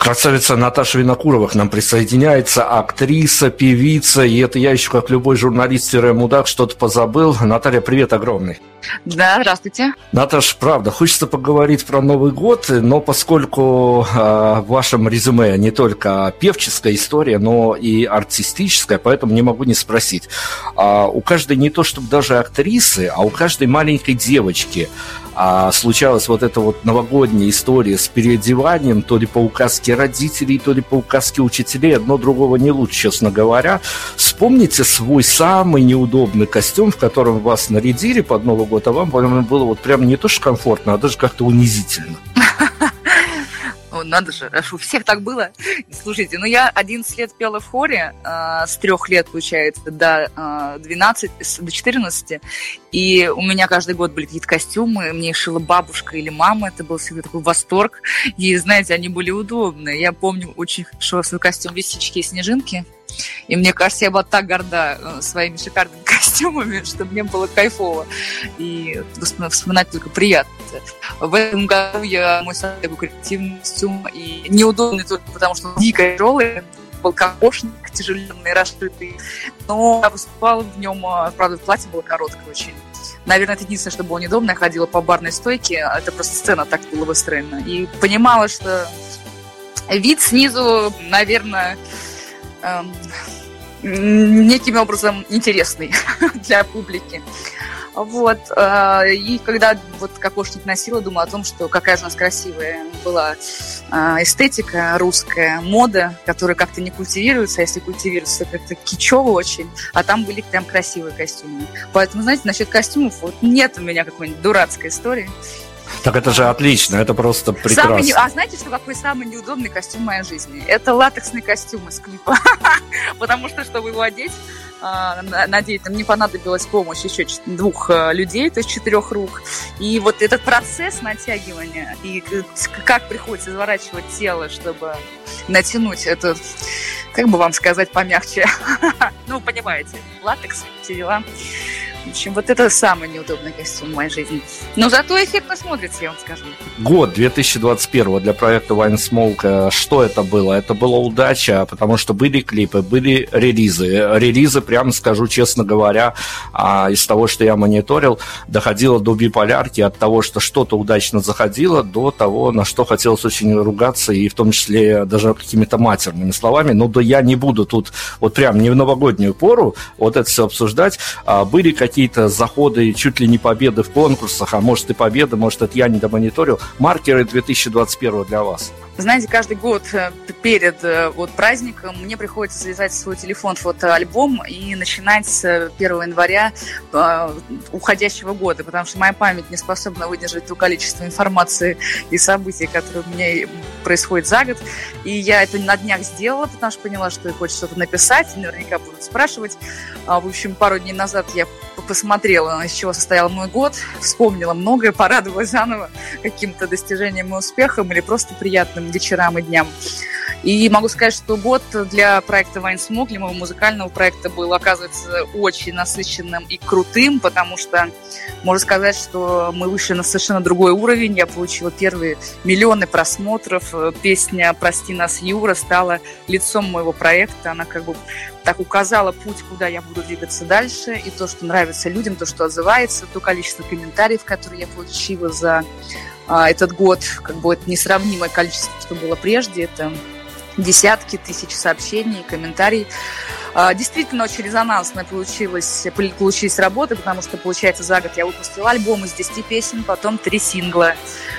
Красавица Наташа Винокурова к нам присоединяется, актриса, певица, и это я еще, как любой журналист-мудак, что-то позабыл. Наталья, привет огромный. Да, здравствуйте. Наташа, правда, хочется поговорить про Новый год, но поскольку в вашем резюме не только певческая история, но и артистическая, поэтому не могу не спросить. У каждой не то чтобы даже актрисы, а у каждой маленькой девочки случалась вот эта вот новогодняя история с переодеванием, то ли по указке родителей, то ли по указке учителей, одно другого не лучше, честно говоря. Вспомните свой самый неудобный костюм, в котором вас нарядили под Новый год, а вам было вот прям не то что комфортно, а даже как-то унизительно. Надо же, у всех так было. Слушайте, я 11 лет пела в хоре, с 3 лет, получается, до 14, и у меня каждый год были какие-то костюмы, мне их шила бабушка или мама, это был всегда такой восторг, и, знаете, они были удобные. Я помню очень хорошо свой костюм «Лисички и снежинки», и мне кажется, я была так горда своими шикарными костюмами, что мне было кайфово. И вспоминать только приятно. В этом году мой самый такой креативный костюм. И неудобный только потому, что он дико тяжелый. Был кокошник, тяжеленный, расшитый. Но я выступала в нем, правда, платье было короткое очень. Наверное, это единственное, что было неудобно. Я ходила по барной стойке. Это просто сцена так была выстроена. И понимала, что вид снизу, наверное, неким образом интересный для публики. Вот. И когда вот кокошник носила, думала о том, что какая же у нас красивая была эстетика русская, мода, которая как-то не культивируется, а если культивируется, то как-то кичево очень, а там были прям красивые костюмы. Поэтому, знаете, насчет костюмов вот нет у меня какой-нибудь дурацкой истории. Так это же отлично, это просто прекрасно. А знаете, что какой самый неудобный костюм в моей жизни? Это латексный костюм из клипа. Потому что, чтобы его надеть, мне понадобилась помощь еще 2 людей, то есть 4 рук. И вот этот процесс натягивания, и как приходится изворачивать тело, чтобы натянуть этот, как бы вам сказать помягче, понимаете, латекс, все дела. В общем, вот это самый неудобный костюм в моей жизни. Но зато эффектно смотрится, я вам скажу. Год 2021 для проекта Wine Smoke. Что это было? Это была удача, потому что были клипы, были релизы. Релизы, прямо скажу, честно говоря, из того, что я мониторил, доходило до биполярки от того, что что-то удачно заходило, до того, на что хотелось очень ругаться, и в том числе даже какими-то матерными словами. Но да я не буду тут вот прям не в новогоднюю пору вот это все обсуждать. Были какие-то заходы, чуть ли не победы в конкурсах, а может и победы, может это я не домониторил. Маркеры 2021 для вас. Знаете, каждый год перед праздником мне приходится залезать в свой телефон фотоальбом и начинать с 1 января уходящего года, потому что моя память не способна выдержать то количество информации и событий, которые у меня происходят за год. И я это на днях сделала, потому что поняла, что я хочу что-то написать, наверняка будут спрашивать. В общем, пару дней назад я посмотрела, из чего состоял мой год, вспомнила многое, порадовалась заново каким-то достижением и успехом или просто приятным вечерам и дням. И могу сказать, что год для проекта Wine Smoke, для моего музыкального проекта, был, оказывается, очень насыщенным и крутым, потому что можно сказать, что мы вышли на совершенно другой уровень. Я получила первые миллионы просмотров. Песня «Прости нас, Юра» стала лицом моего проекта. Она как бы так указала путь, куда я буду двигаться дальше. И то, что нравится людям, то, что отзывается, то количество комментариев, которые я получила за этот год, как бы это несравнимое количество, что было прежде. Это десятки тысяч сообщений, комментариев. Действительно, очень резонансно получились работы, потому что, получается, за год я выпустила альбом из 10 песен, потом 3 сингла,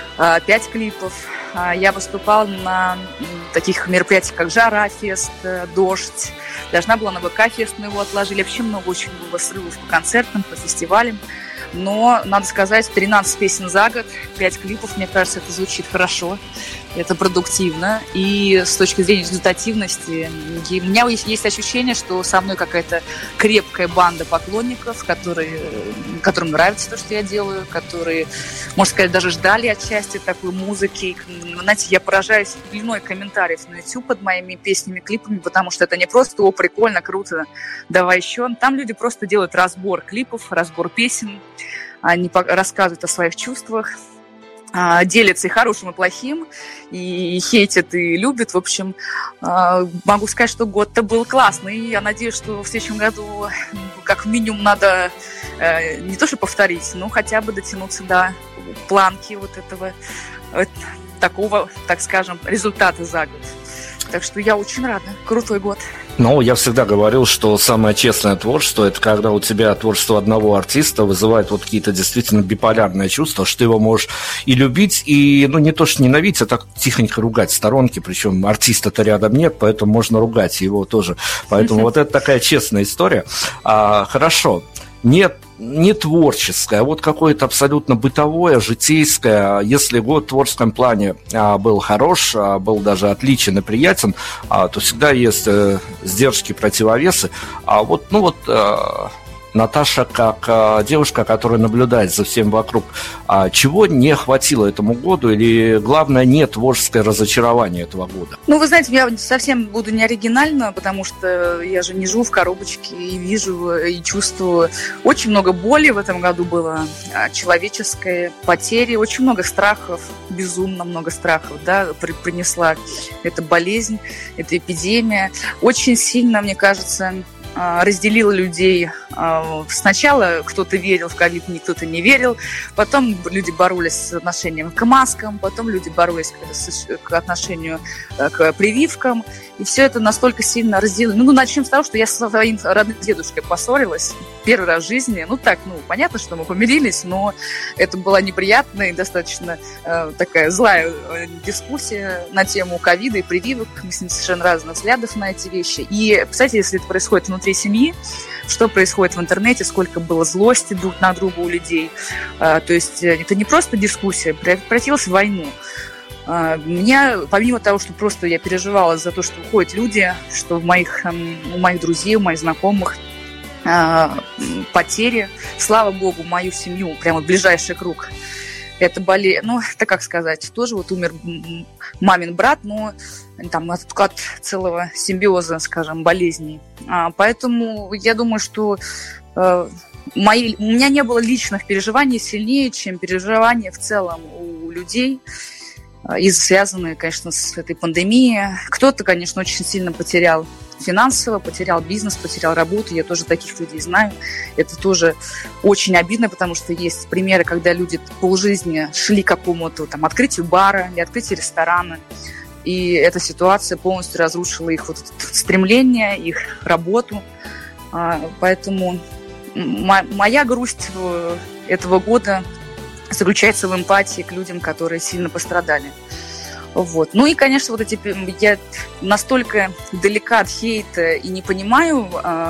5 клипов. Я выступала на таких мероприятиях, как «Жара-фест», «Дождь». Должна была на ВК-фест, но его отложили. Вообще много очень было срывов по концертам, по фестивалям. Но, надо сказать, 13 песен за год, 5 клипов, мне кажется, это звучит хорошо, это продуктивно. И с точки зрения результативности, у меня есть ощущение, что со мной какая-то крепкая банда поклонников, которым нравится то, что я делаю, которые, можно сказать, даже ждали отчасти такой музыки. Знаете, я поражаюсь длиной комментариев на YouTube под моими песнями, клипами, потому что это не просто «О, прикольно, круто, давай еще». Там люди просто делают разбор клипов, разбор песен, они рассказывают о своих чувствах. делятся и хорошим, и плохим, и хейтят, и любят. В общем, могу сказать, что год-то был классный. И я надеюсь, что в следующем году как минимум надо не то что повторить, но хотя бы дотянуться до планки вот этого такого, так скажем, результата за год. Так что я очень рада. Крутой год. Ну, я всегда говорил, что самое честное творчество – это когда у тебя творчество одного артиста вызывает вот какие-то действительно биполярные чувства, что ты его можешь и любить, и, ну, не то что ненавидеть, а так тихонько ругать в сторонке, причем артиста-то рядом нет, поэтому можно ругать его тоже. Поэтому вот это такая честная история. Хорошо. Не творческое, а вот какое-то абсолютно бытовое, житейское. Если год в творческом плане был хорош, был даже отличен и приятен, то всегда есть сдержки, противовесы. Наташа, как девушка, которая наблюдает за всем вокруг, чего не хватило этому году, или, главное, не творческое разочарование этого года? Ну, вы знаете, я совсем буду не оригинальна, потому что я же не живу в коробочке и вижу, и чувствую. Очень много боли в этом году было, человеческой потери, очень много страхов, безумно много страхов, да, принесла эта болезнь, эта эпидемия. Очень сильно, мне кажется, разделила людей. Сначала кто-то верил в ковид, кто-то не верил. Потом люди боролись с отношением к маскам, потом люди боролись к отношению к прививкам. И все это настолько сильно разделило. Ну, начнем с того, что я со своим родным дедушкой поссорилась первый раз в жизни. Понятно, что мы помирились, но это была неприятная и достаточно такая злая дискуссия на тему ковида и прививок. Мы с ним совершенно разных взглядов на эти вещи. И, представьте, если это происходит внутри семьи, что происходит в интернете, сколько было злости друг на друга у людей. То есть это не просто дискуссия, превратилась в войну. Меня, помимо того, что просто я переживала за то, что уходят люди, что у моих друзей, у моих знакомых потери, слава богу, мою семью, прямо ближайший круг, это как сказать, тоже вот умер мамин брат, но там от целого симбиоза, скажем, болезней. Поэтому я думаю, что у меня не было личных переживаний сильнее, чем переживания в целом у людей, и связанные, конечно, с этой пандемией. Кто-то, конечно, очень сильно потерял финансово, потерял бизнес, потерял работу. Я тоже таких людей знаю. Это тоже очень обидно, потому что есть примеры, когда люди полжизни шли к какому-то открытию бара или открытию ресторана. И эта ситуация полностью разрушила их стремление, их работу. Поэтому моя грусть этого года заключается в эмпатии к людям, которые сильно пострадали. Вот. Ну и, конечно, я настолько далека от хейта и не понимаю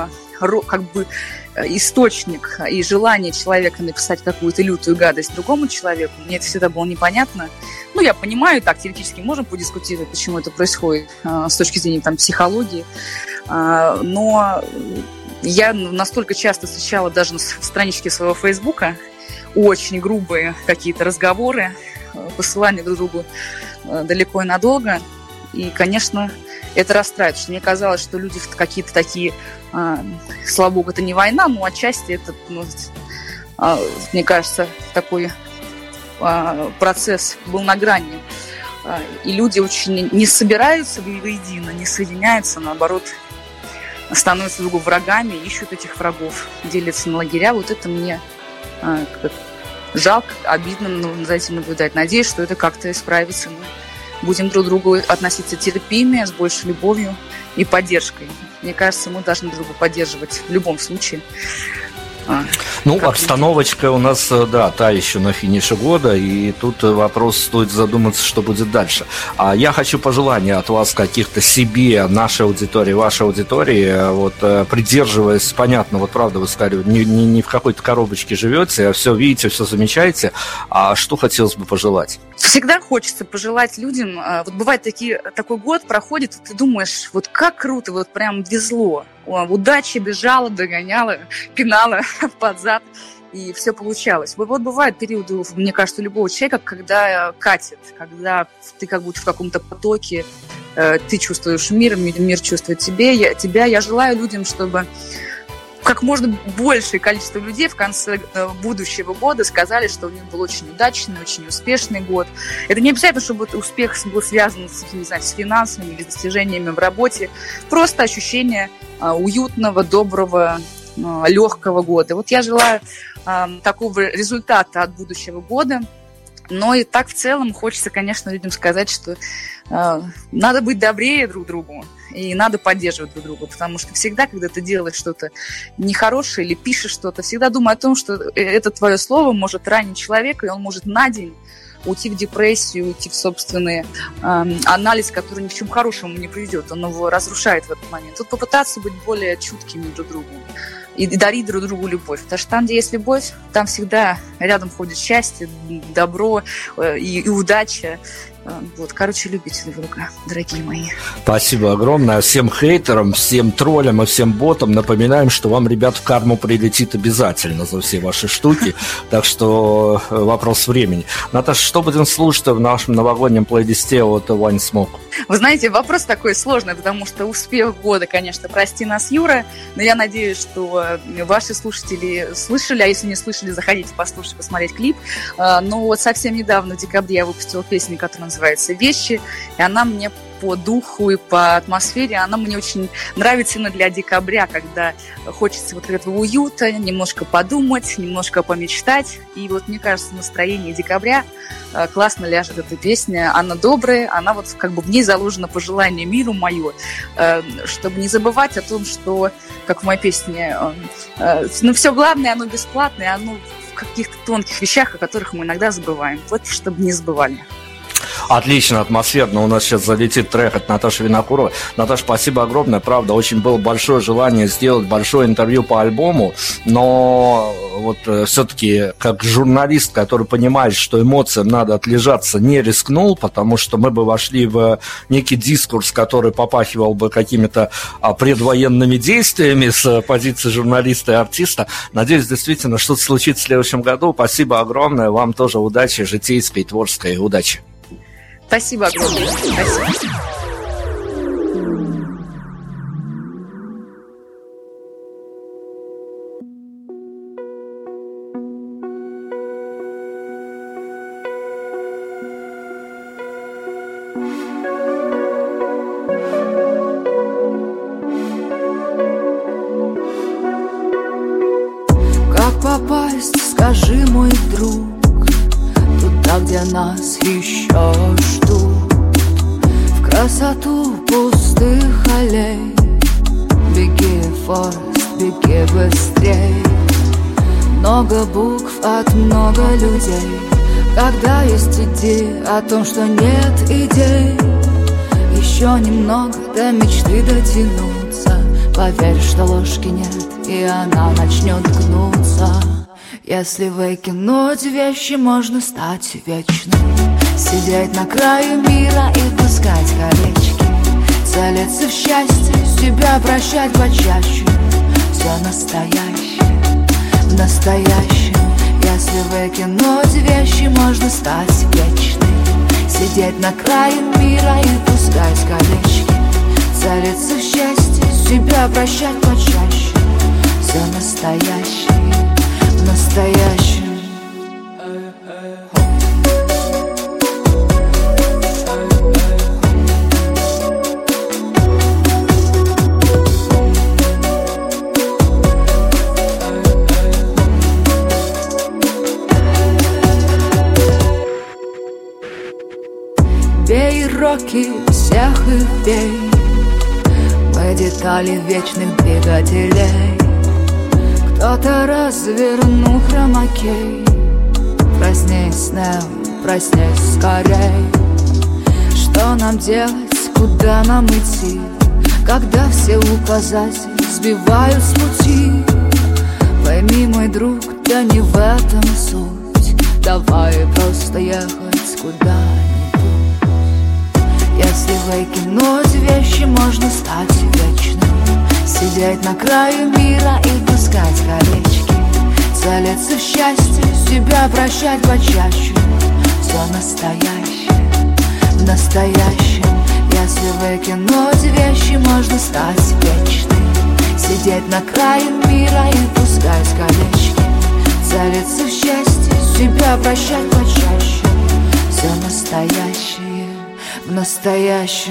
источник и желание человека написать какую-то лютую гадость другому человеку. Мне это всегда было непонятно. Ну, я понимаю, так, теоретически можем подискутировать, почему это происходит с точки зрения психологии. Но я настолько часто встречала даже на страничке своего Фейсбука очень грубые какие-то разговоры, посылания друг другу далеко и надолго. И, конечно, это расстраивает, что мне казалось, что люди какие-то такие, слава богу, это не война, но отчасти это, мне кажется, такой процесс был на грани. И люди очень не собираются воедино, не соединяются, наоборот, становятся друг другу врагами, ищут этих врагов, делятся на лагеря. Вот это мне жалко, обидно за этим наблюдать. Надеюсь, что это как-то исправится. Мы будем друг к другу относиться терпимее, с большей любовью и поддержкой. Мне кажется, мы должны друг друга поддерживать в любом случае. Обстановочка у нас, да, та еще на финише года, и тут вопрос, стоит задуматься, что будет дальше. Я хочу пожелания от вас каких-то себе, нашей аудитории, вашей аудитории, придерживаясь, понятно, правда, вы сказали, не в какой-то коробочке живете, а все видите, все замечаете, а что хотелось бы пожелать? Всегда хочется пожелать людям, бывает такой год проходит, ты думаешь, как круто, прям везло. Удача бежала, догоняла, пинала под зад, и все получалось. Бывают периоды, мне кажется, у любого человека, когда катит, когда ты как будто в каком-то потоке, ты чувствуешь мир чувствует тебя. Я желаю людям, чтобы как можно большее количество людей в конце будущего года сказали, что у них был очень удачный, очень успешный год. Это не обязательно, чтобы успех был связан с финансами или достижениями в работе. Просто ощущение уютного, доброго, легкого года. Вот я желаю такого результата от будущего года. Но и так в целом хочется, конечно, людям сказать, что надо быть добрее друг другу и надо поддерживать друг друга, потому что всегда, когда ты делаешь что-то нехорошее или пишешь что-то, всегда думай о том, что это твое слово может ранить человека, и он может на день уйти в депрессию, уйти в собственный анализ, который ни к чему хорошему не приведет, он его разрушает в этот момент. Тут попытаться быть более чуткими друг к другу и дарить друг другу любовь. Потому что там, где есть любовь, там всегда рядом ходит счастье, добро и удача. Вот, короче, любите друг друга, дорогие мои. Спасибо огромное. Всем хейтерам, всем троллям и всем ботам напоминаем, что вам, ребят, в карму прилетит обязательно за все ваши штуки. Так что вопрос времени. Наташа, что будем слушать в нашем новогоднем плейлисте от Wine Smoke? Вы знаете, вопрос такой сложный, потому что успех года, конечно, прости нас, Юра, но я надеюсь, что ваши слушатели слышали, а если не слышали, заходите послушать, посмотреть клип. Но вот совсем недавно, в декабре, я выпустила песню, которая называется «Вещи», и она мне по духу и по атмосфере, она мне очень нравится именно для декабря, когда хочется вот этого уюта, немножко подумать, немножко помечтать. И вот мне кажется, настроение декабря классно ляжет эта песня. Она добрая, она вот как бы в ней заложено пожелание миру мое, чтобы не забывать о том, что, как в моей песне, все главное, оно бесплатное, оно в каких-то тонких вещах, о которых мы иногда забываем. Вот чтобы не забывали. Отлично, атмосферно. У нас сейчас залетит трек от Наташи Винокуровой. Наташа, спасибо огромное. Правда, очень было большое желание сделать большое интервью по альбому, но вот все-таки как журналист, который понимает, что эмоциям надо отлежаться, не рискнул, потому что мы бы вошли в некий дискурс, который попахивал бы какими-то предвоенными действиями с позиции журналиста и артиста. Надеюсь, действительно, что-то случится в следующем году. Спасибо огромное. Вам тоже удачи, житейской, творческой удачи. Спасибо огромное. Спасибо. Как попасть, скажи, мой друг, туда, где нас еще ждут, в красоту пустых аллей. Беги, Форест, беги быстрей. Много букв от много людей. Когда есть идеи о том, что нет идей, еще немного до мечты дотянуться. Поверь, что ложки нет, и она начнет гнуться. Если выкинуть вещи, можно стать вечным. Сидеть на краю мира и пускать колечки. Целиться в счастье, себя прощать почаще. Все настоящее, в настоящем. Если выкинуть вещи, можно стать вечным. Сидеть на краю мира и пускать колечки. Целиться в счастье, себя прощать почаще. Все настоящее, в настоящем. Бей роки всех и бей. Мы детали вечных двигателей. Кто-то развернул хромакей. Проснись, Нео, проснись скорей. Что нам делать, куда нам идти, когда все указатели сбивают с пути? Пойми, мой друг, да не в этом суть. Давай просто ехать куда-нибудь. Если выкинуть вещи, можно стать вечным. Сидеть на краю мира и пускать колечки. Целиться в счастье, себя прощать почаще. Все настоящее, в настоящем. Если выкинуть вещи, можно стать вечным. сидеть на краю мира и пускать колечки, целиться в счастье, себя прощать почаще. Все настоящее в настоящем.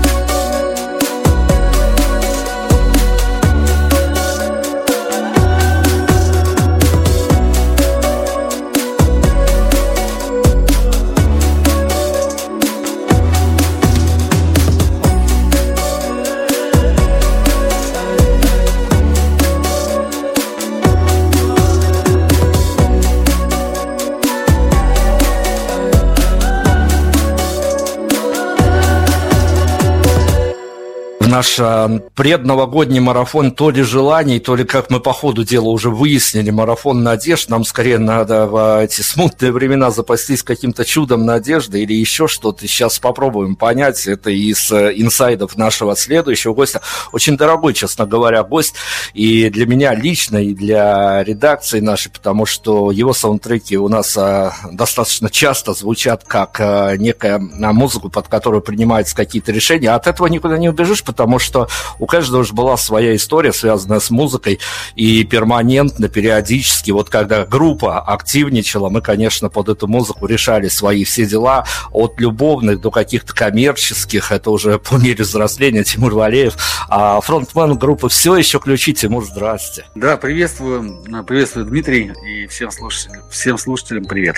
Наш предновогодний марафон то ли желаний, то ли, как мы по ходу дела уже выяснили, марафон надежд. Нам скорее надо в эти смутные времена запастись каким-то чудом надежды или еще что-то. Сейчас попробуем понять. Это из инсайдов нашего следующего гостя. Очень дорогой, честно говоря, гость. И для меня лично, и для редакции нашей, потому что его саундтреки у нас достаточно часто звучат как некая музыка, под которую принимаются какие-то решения. От этого никуда не убежишь, потому что у каждого же была своя история, связанная с музыкой, и перманентно, периодически, вот когда группа активничала, мы, конечно, под эту музыку решали свои все дела, от любовных до каких-то коммерческих, это уже по мере взросления. Тимур Валеев, фронтмен группы «Все еще ключи». Тимур, здрасте. Да, приветствую, Дмитрий, и всем слушателям привет.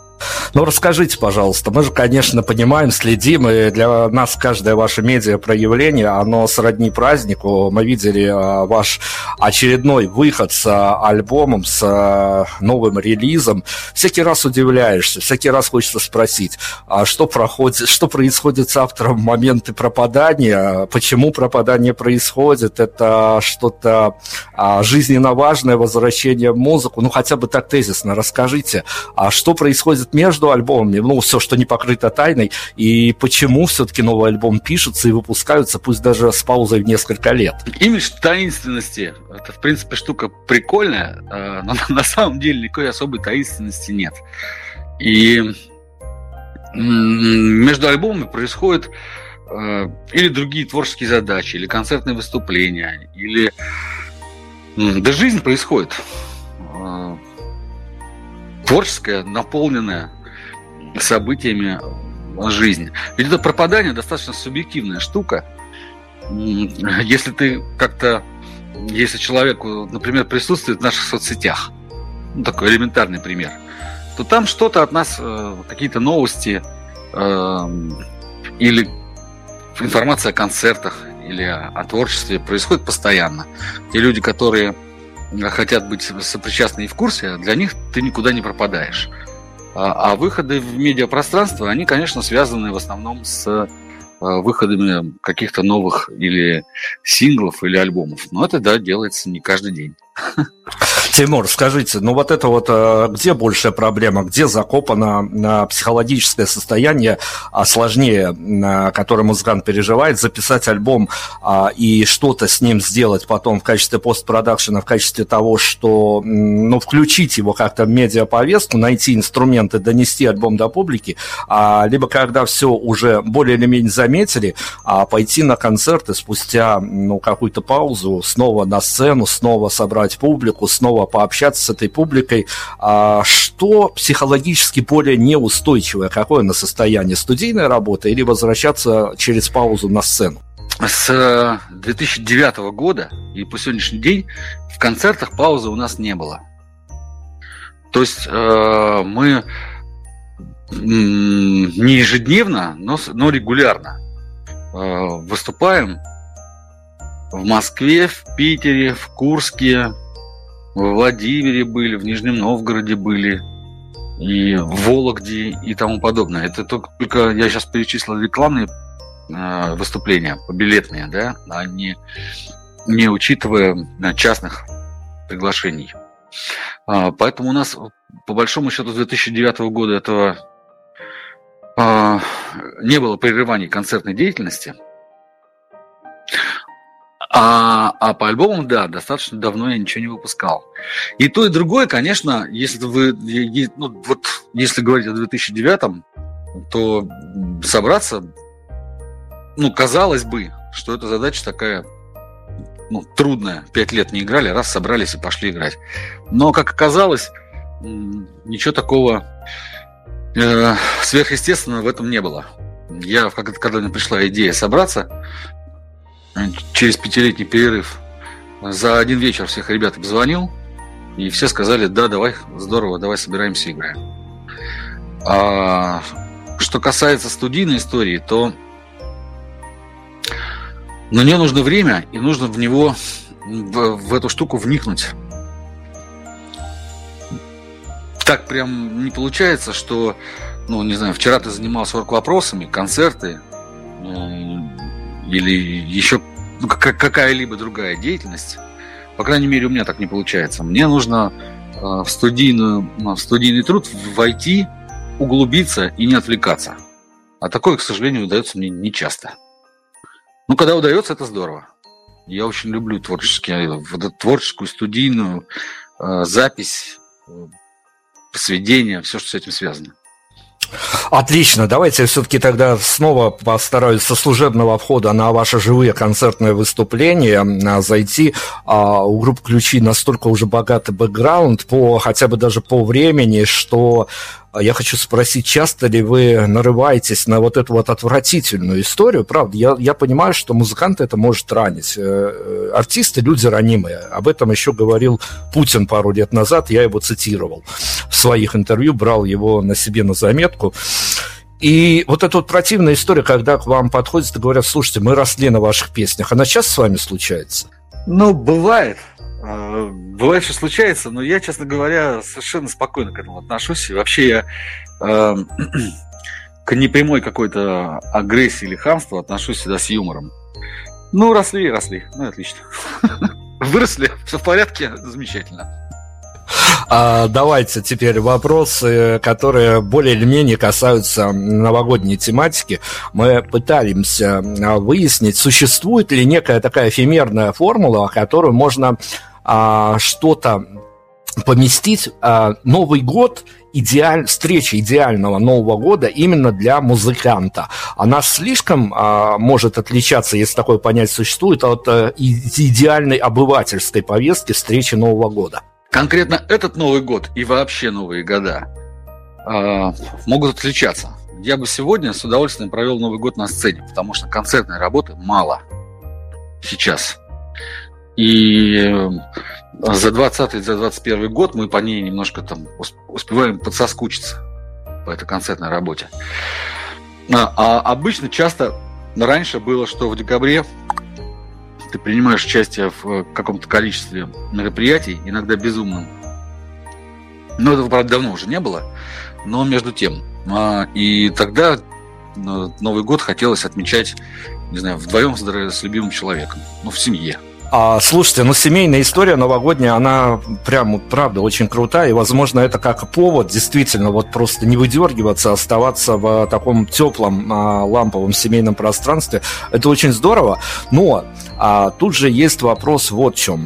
Ну, расскажите, пожалуйста, мы же, конечно, понимаем, следим, и для нас каждое ваше медиапроявление, оно сродни празднику. Мы видели ваш очередной выход с альбомом, с новым релизом. Всякий раз удивляешься, всякий раз хочется спросить, что происходит с автором в моменты пропадания, почему пропадание происходит, это что-то жизненно важное, возвращение в музыку, ну, хотя бы так тезисно расскажите, что происходит между альбомами, ну, все, что не покрыто тайной, и почему все-таки новый альбом пишется и выпускаются, пусть даже с паузой в несколько лет. Имидж таинственности – это, в принципе, штука прикольная, но на самом деле никакой особой таинственности нет. И между альбомами происходят или другие творческие задачи, или концертные выступления, или… Да жизнь происходит. Творческая, наполненная событиями жизнь. Ведь это пропадание достаточно субъективная штука. Если человек, например, присутствует в наших соцсетях, ну, такой элементарный пример, то там что-то от нас, какие-то новости или информация о концертах или о творчестве происходит постоянно. Те люди, которые хотят быть сопричастны и в курсе, для них ты никуда не пропадаешь. А выходы в медиапространство, они, конечно, связаны в основном с выходами каких-то новых или синглов, или альбомов. Но это, да, делается не каждый день. Тимур, скажите, ну вот это вот где большая проблема, где закопано психологическое состояние сложнее, которое музыкант переживает, записать альбом и что-то с ним сделать потом в качестве постпродакшена, в качестве того, что, ну, включить его как-то в медиаповестку, найти инструменты, донести альбом до публики, либо когда все уже более или менее заметили, пойти на концерты спустя, ну, какую-то паузу, снова на сцену, снова собрать публику, снова пообщаться с этой публикой. Что психологически более неустойчивое? Какое на состояние? Студийная работа или возвращаться через паузу на сцену? С 2009 года и по сегодняшний день в концертах паузы у нас не было. То есть мы не ежедневно, но регулярно выступаем в Москве, в Питере, в Курске, в Владимире были, в Нижнем Новгороде были, и в Вологде и тому подобное. Это только я сейчас перечислил рекламные выступления, билетные, да, а не учитывая частных приглашений. Поэтому у нас, по большому счету, с 2009 года этого не было прерываний концертной деятельности. А по альбомам, да, достаточно давно я ничего не выпускал. И то, и другое, конечно, если говорить о 2009-м, то собраться, ну, казалось бы, что эта задача такая трудное. 5 лет не играли, раз собрались и пошли играть. Но, как оказалось, ничего такого сверхъестественного в этом не было. Когда мне пришла идея собраться, через 5-летний перерыв, за один вечер всех ребят обзвонил, и все сказали: да, давай, здорово, давай собираемся и играем. А что касается студийной истории, то на нее нужно время, и нужно в эту штуку вникнуть. Так прям не получается, что, не знаю, вчера ты занимался орг-вопросами, концерты или еще какая-либо другая деятельность. По крайней мере, у меня так не получается. Мне нужно в студийный труд войти, углубиться и не отвлекаться. А такое, к сожалению, удается мне нечасто. Когда удается, это здорово. Я очень люблю творческую студийную запись, сведения, все, что с этим связано. Отлично, давайте я все-таки тогда снова постараюсь со служебного входа на ваши живые концертные выступления зайти. У группы «Ключи» настолько уже богатый бэкграунд, хотя бы даже по времени, что я хочу спросить, часто ли вы нарываетесь на вот эту вот отвратительную историю? Правда, я понимаю, что музыканты это может ранить. Артисты – люди ранимые. Об этом еще говорил Путин пару лет назад, я его цитировал в своих интервью, брал его на себе на заметку. И вот эта вот противная история, когда к вам подходят и говорят: слушайте, мы росли на ваших песнях, она часто с вами случается? Бывает. Бывает, что случается, но я, честно говоря, совершенно спокойно к этому отношусь. И вообще я к непрямой какой-то агрессии или хамству отношусь всегда с юмором. Росли. Отлично. Выросли, все в порядке, замечательно. Давайте теперь вопросы, которые более или менее касаются новогодней тематики. Мы пытаемся выяснить, существует ли некая такая эфемерная формула, которую можно что-то поместить. Новый год, встреча идеального Нового года именно для музыканта. Она слишком может отличаться, если такое понятие существует, от идеальной обывательской повестки встречи Нового года. Конкретно этот Новый год и вообще новые года могут отличаться. Я бы сегодня с удовольствием провел Новый год на сцене, потому что концертной работы мало сейчас. И за 20-й, за 21 год мы по ней немножко успеваем подсоскучиться по этой концертной работе. А обычно часто раньше было, что в декабре ты принимаешь участие в каком-то количестве мероприятий, иногда безумном. Этого, правда, давно уже не было, но между тем. И тогда Новый год хотелось отмечать, не знаю, вдвоем с любимым человеком, в семье. Слушайте, семейная история новогодняя, она прям, правда, очень крутая, и, возможно, это как повод действительно просто не выдергиваться, оставаться в таком теплом ламповом семейном пространстве. Это очень здорово, но тут же есть вопрос вот в чем.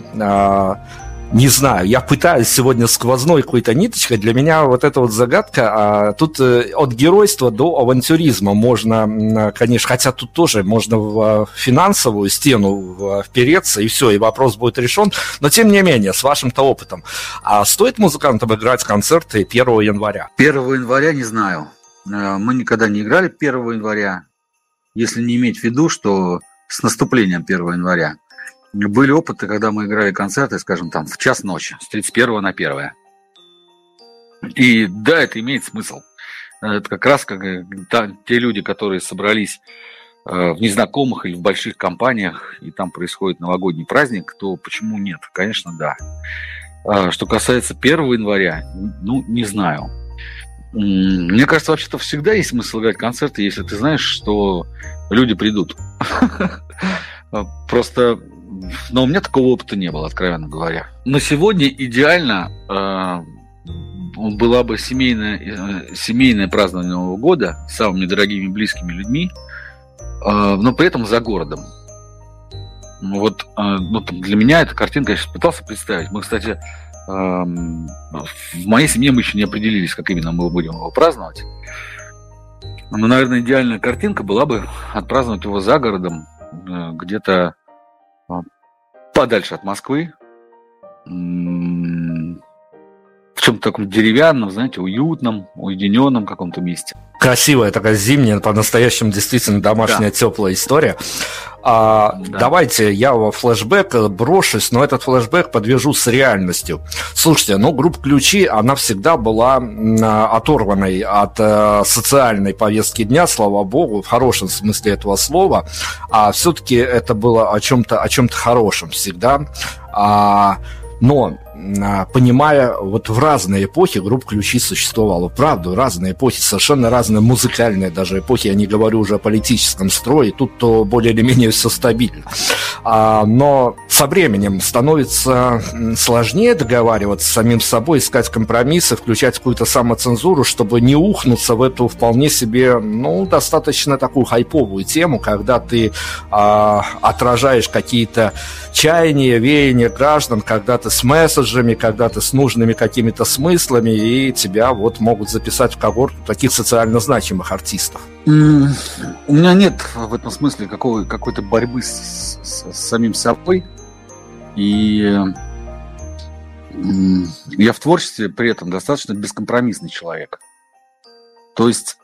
Не знаю, я пытаюсь сегодня сквозной какой-то ниточкой. Для меня вот эта вот загадка. Тут от геройства до авантюризма можно, конечно, хотя тут тоже можно в финансовую стену впереться, и все, и вопрос будет решен. Но, тем не менее, с вашим-то опытом. Стоит музыкантам играть концерты 1 января? 1 января не знаю. Мы никогда не играли 1 января. Если не иметь в виду, что с наступлением 1 января. Были опыты, когда мы играли концерты, скажем, в час ночи, с 31 на 1. И да, это имеет смысл. Это как раз те люди, которые собрались в незнакомых или в больших компаниях, и там происходит новогодний праздник, то почему нет? Конечно, да. Что касается 1 января, не знаю. Мне кажется, вообще-то всегда есть смысл играть концерты, если ты знаешь, что люди придут. Просто... Но у меня такого опыта не было, откровенно говоря. На сегодня идеально было бы семейное празднование Нового года с самыми дорогими близкими людьми, но при этом за городом. Для меня эта картинка, я сейчас пытался представить. Мы, кстати, в моей семье мы еще не определились, как именно мы будем его праздновать. Но, наверное, идеальная картинка была бы отпраздновать его за городом, где-то подальше от Москвы, в чем-то таком деревянном, знаете, уютном, уединенном каком-то месте. Красивая такая зимняя, по-настоящему действительно домашняя, да, теплая история. Да. Давайте я во флешбэк брошусь, но этот флешбэк подвяжу с реальностью. Слушайте, группа «Ключи», она всегда была оторванной от социальной повестки дня, слава богу, в хорошем смысле этого слова, а все-таки это было о чем-то хорошем всегда. Но, понимая, вот в разные эпохи группа «Ключи» существовала. Правда, в разные эпохи, совершенно разные музыкальные даже эпохи. Я не говорю уже о политическом строе, тут-то более или менее все стабильно. Но со временем становится сложнее договариваться с самим собой, искать компромиссы, включать какую-то самоцензуру, чтобы не ухнуться в эту вполне себе, достаточно такую хайповую тему, когда ты отражаешь какие-то чаяния, веяния граждан, когда ты с месседжами, когда ты с нужными какими-то смыслами, и тебя вот могут записать в когорту таких социально значимых артистов. У меня нет в этом смысле какой-то борьбы с самим собой, и я в творчестве при этом достаточно бескомпромиссный человек. То есть,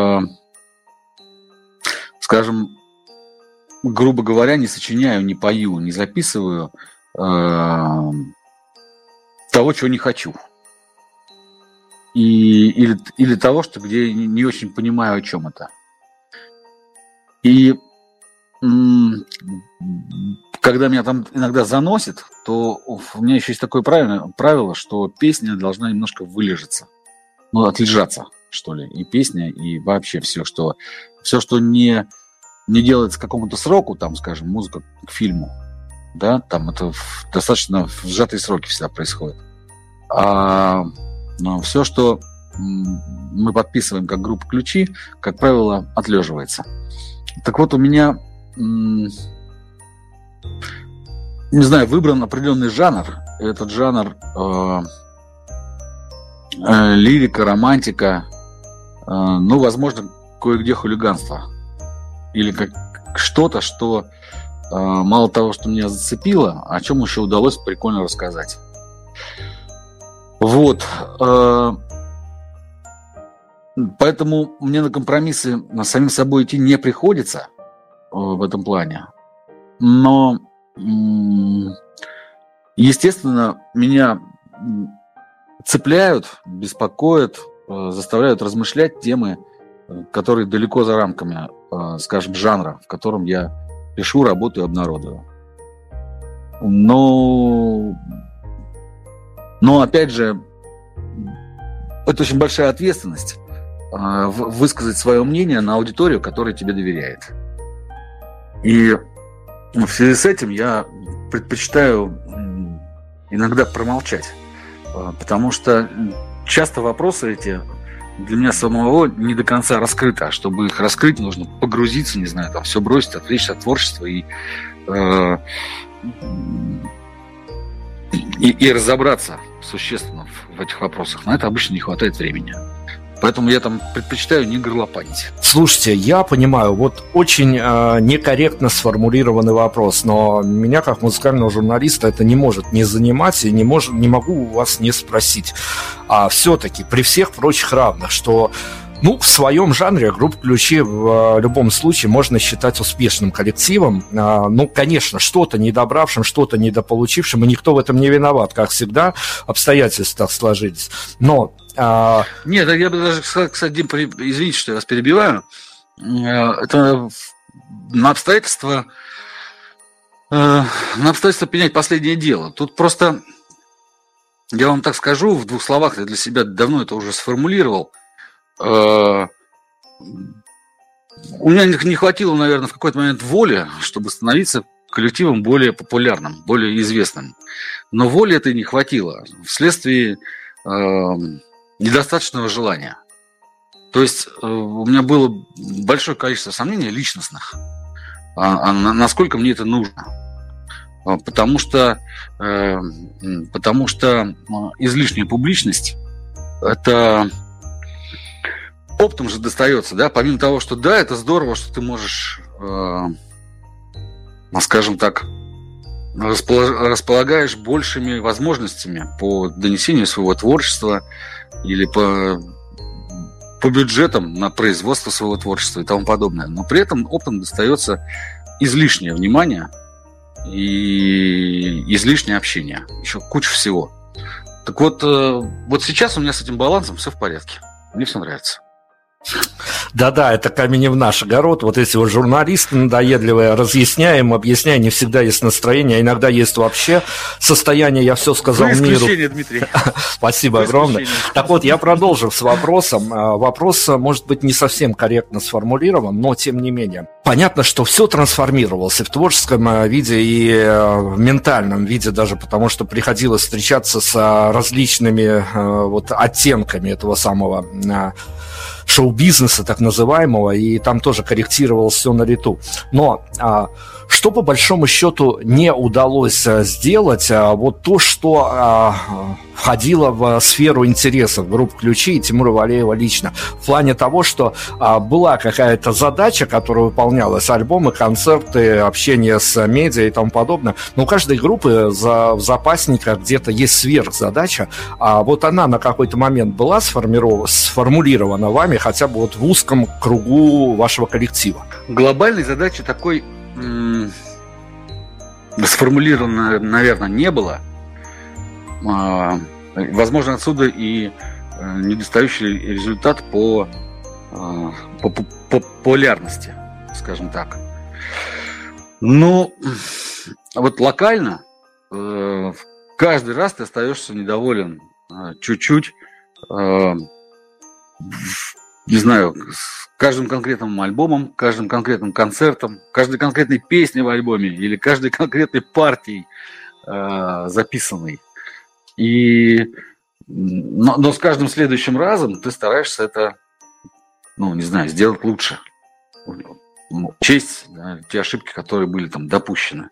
скажем, грубо говоря, не сочиняю, не пою, не записываю того, чего не хочу. Или того, где не очень понимаю, о чем это. И когда меня там иногда заносит, то у меня еще есть такое правило, что песня должна немножко вылежаться. Отлежаться, что ли. И песня, и вообще все, что не делается к какому-то сроку, там, скажем, музыка к фильму, да, там это достаточно в сжатые сроки всегда происходит. Но все, что мы подписываем как группа «Ключи», как правило, отлеживается. Так вот, у меня, не знаю, выбран определенный жанр. Этот жанр лирика, романтика, возможно, кое-где хулиганство. Или как что-то, что мало того, что меня зацепило, о чем еще удалось прикольно рассказать. Вот. Поэтому мне на компромиссы с самим собой идти не приходится в этом плане. Но, естественно, меня цепляют, беспокоят, заставляют размышлять темы, которые далеко за рамками, скажем, жанра, в котором я пишу, работаю, обнародую. Но опять же, это очень большая ответственность высказать свое мнение на аудиторию, которая тебе доверяет. И в связи с этим я предпочитаю иногда промолчать, потому что часто вопросы эти для меня самого не до конца раскрыты, а чтобы их раскрыть, нужно погрузиться, не знаю, там все бросить, отвлечься от творчества и разобраться существенно в этих вопросах. На это обычно не хватает времени. Поэтому я там предпочитаю не горлопанить. Слушайте, я понимаю, вот очень некорректно сформулированный вопрос, но меня, как музыкального журналиста, это не может не занимать, и не могу у вас не спросить. А все-таки при всех прочих равных, что в своем жанре группа «Ключи» в любом случае можно считать успешным коллективом. Конечно, что-то недобравшим, что-то недополучившим, и никто в этом не виноват. Как всегда, обстоятельства так сложились. Но... Нет, я бы даже, кстати, Дим, извините, что я вас перебиваю. Это на обстоятельства принять последнее дело. Тут просто, я вам так скажу, в двух словах, я для себя давно это уже сформулировал. У меня не хватило, наверное, в какой-то момент воли, чтобы становиться коллективом более популярным, более известным. Но воли этой не хватило вследствие недостаточного желания. То есть у меня было большое количество сомнений личностных, насколько мне это нужно. Потому что излишняя публичность – это оптом же достается, да, помимо того, что да, это здорово, что ты можешь, скажем так, располагаешь большими возможностями по донесению своего творчества или по бюджетам на производство своего творчества и тому подобное. Но при этом оптом достается излишнее внимание и излишнее общение. Еще куча всего. Так вот сейчас у меня с этим балансом все в порядке. Мне все нравится. Да-да, это камень в наш огород. Вот эти вот журналисты надоедливые, объясняем, не всегда есть настроение, а иногда есть вообще состояние «я все сказал миру». Дмитрий. Спасибо огромное. Так вот, я продолжу с вопросом. Вопрос, может быть, не совсем корректно сформулирован, но тем не менее. Понятно, что все трансформировалось и в творческом виде, и в ментальном виде даже, потому что приходилось встречаться с различными оттенками этого самого шоу-бизнеса, так называемого, и там тоже корректировалось все на лету. Но что по большому счету не удалось сделать, вот то, что входило в сферу интересов групп «Ключи» и Тимура Валеева лично, в плане того, что была какая-то задача, которая выполнялась, альбомы, концерты, общение с медиа и тому подобное, но у каждой группы в запасниках где-то есть сверхзадача, а вот она на какой-то момент была сформулирована вами хотя бы вот в узком кругу вашего коллектива. Глобальной задачи такой сформулировано, наверное, не было. Возможно, отсюда и недостающий результат по популярности, скажем так. Но вот локально каждый раз ты остаешься недоволен чуть-чуть, не знаю, каждым конкретным альбомом, каждым конкретным концертом, каждой конкретной песней в альбоме или каждой конкретной партией записанной. Но с каждым следующим разом ты стараешься это, сделать лучше. Честь те ошибки, которые были там допущены.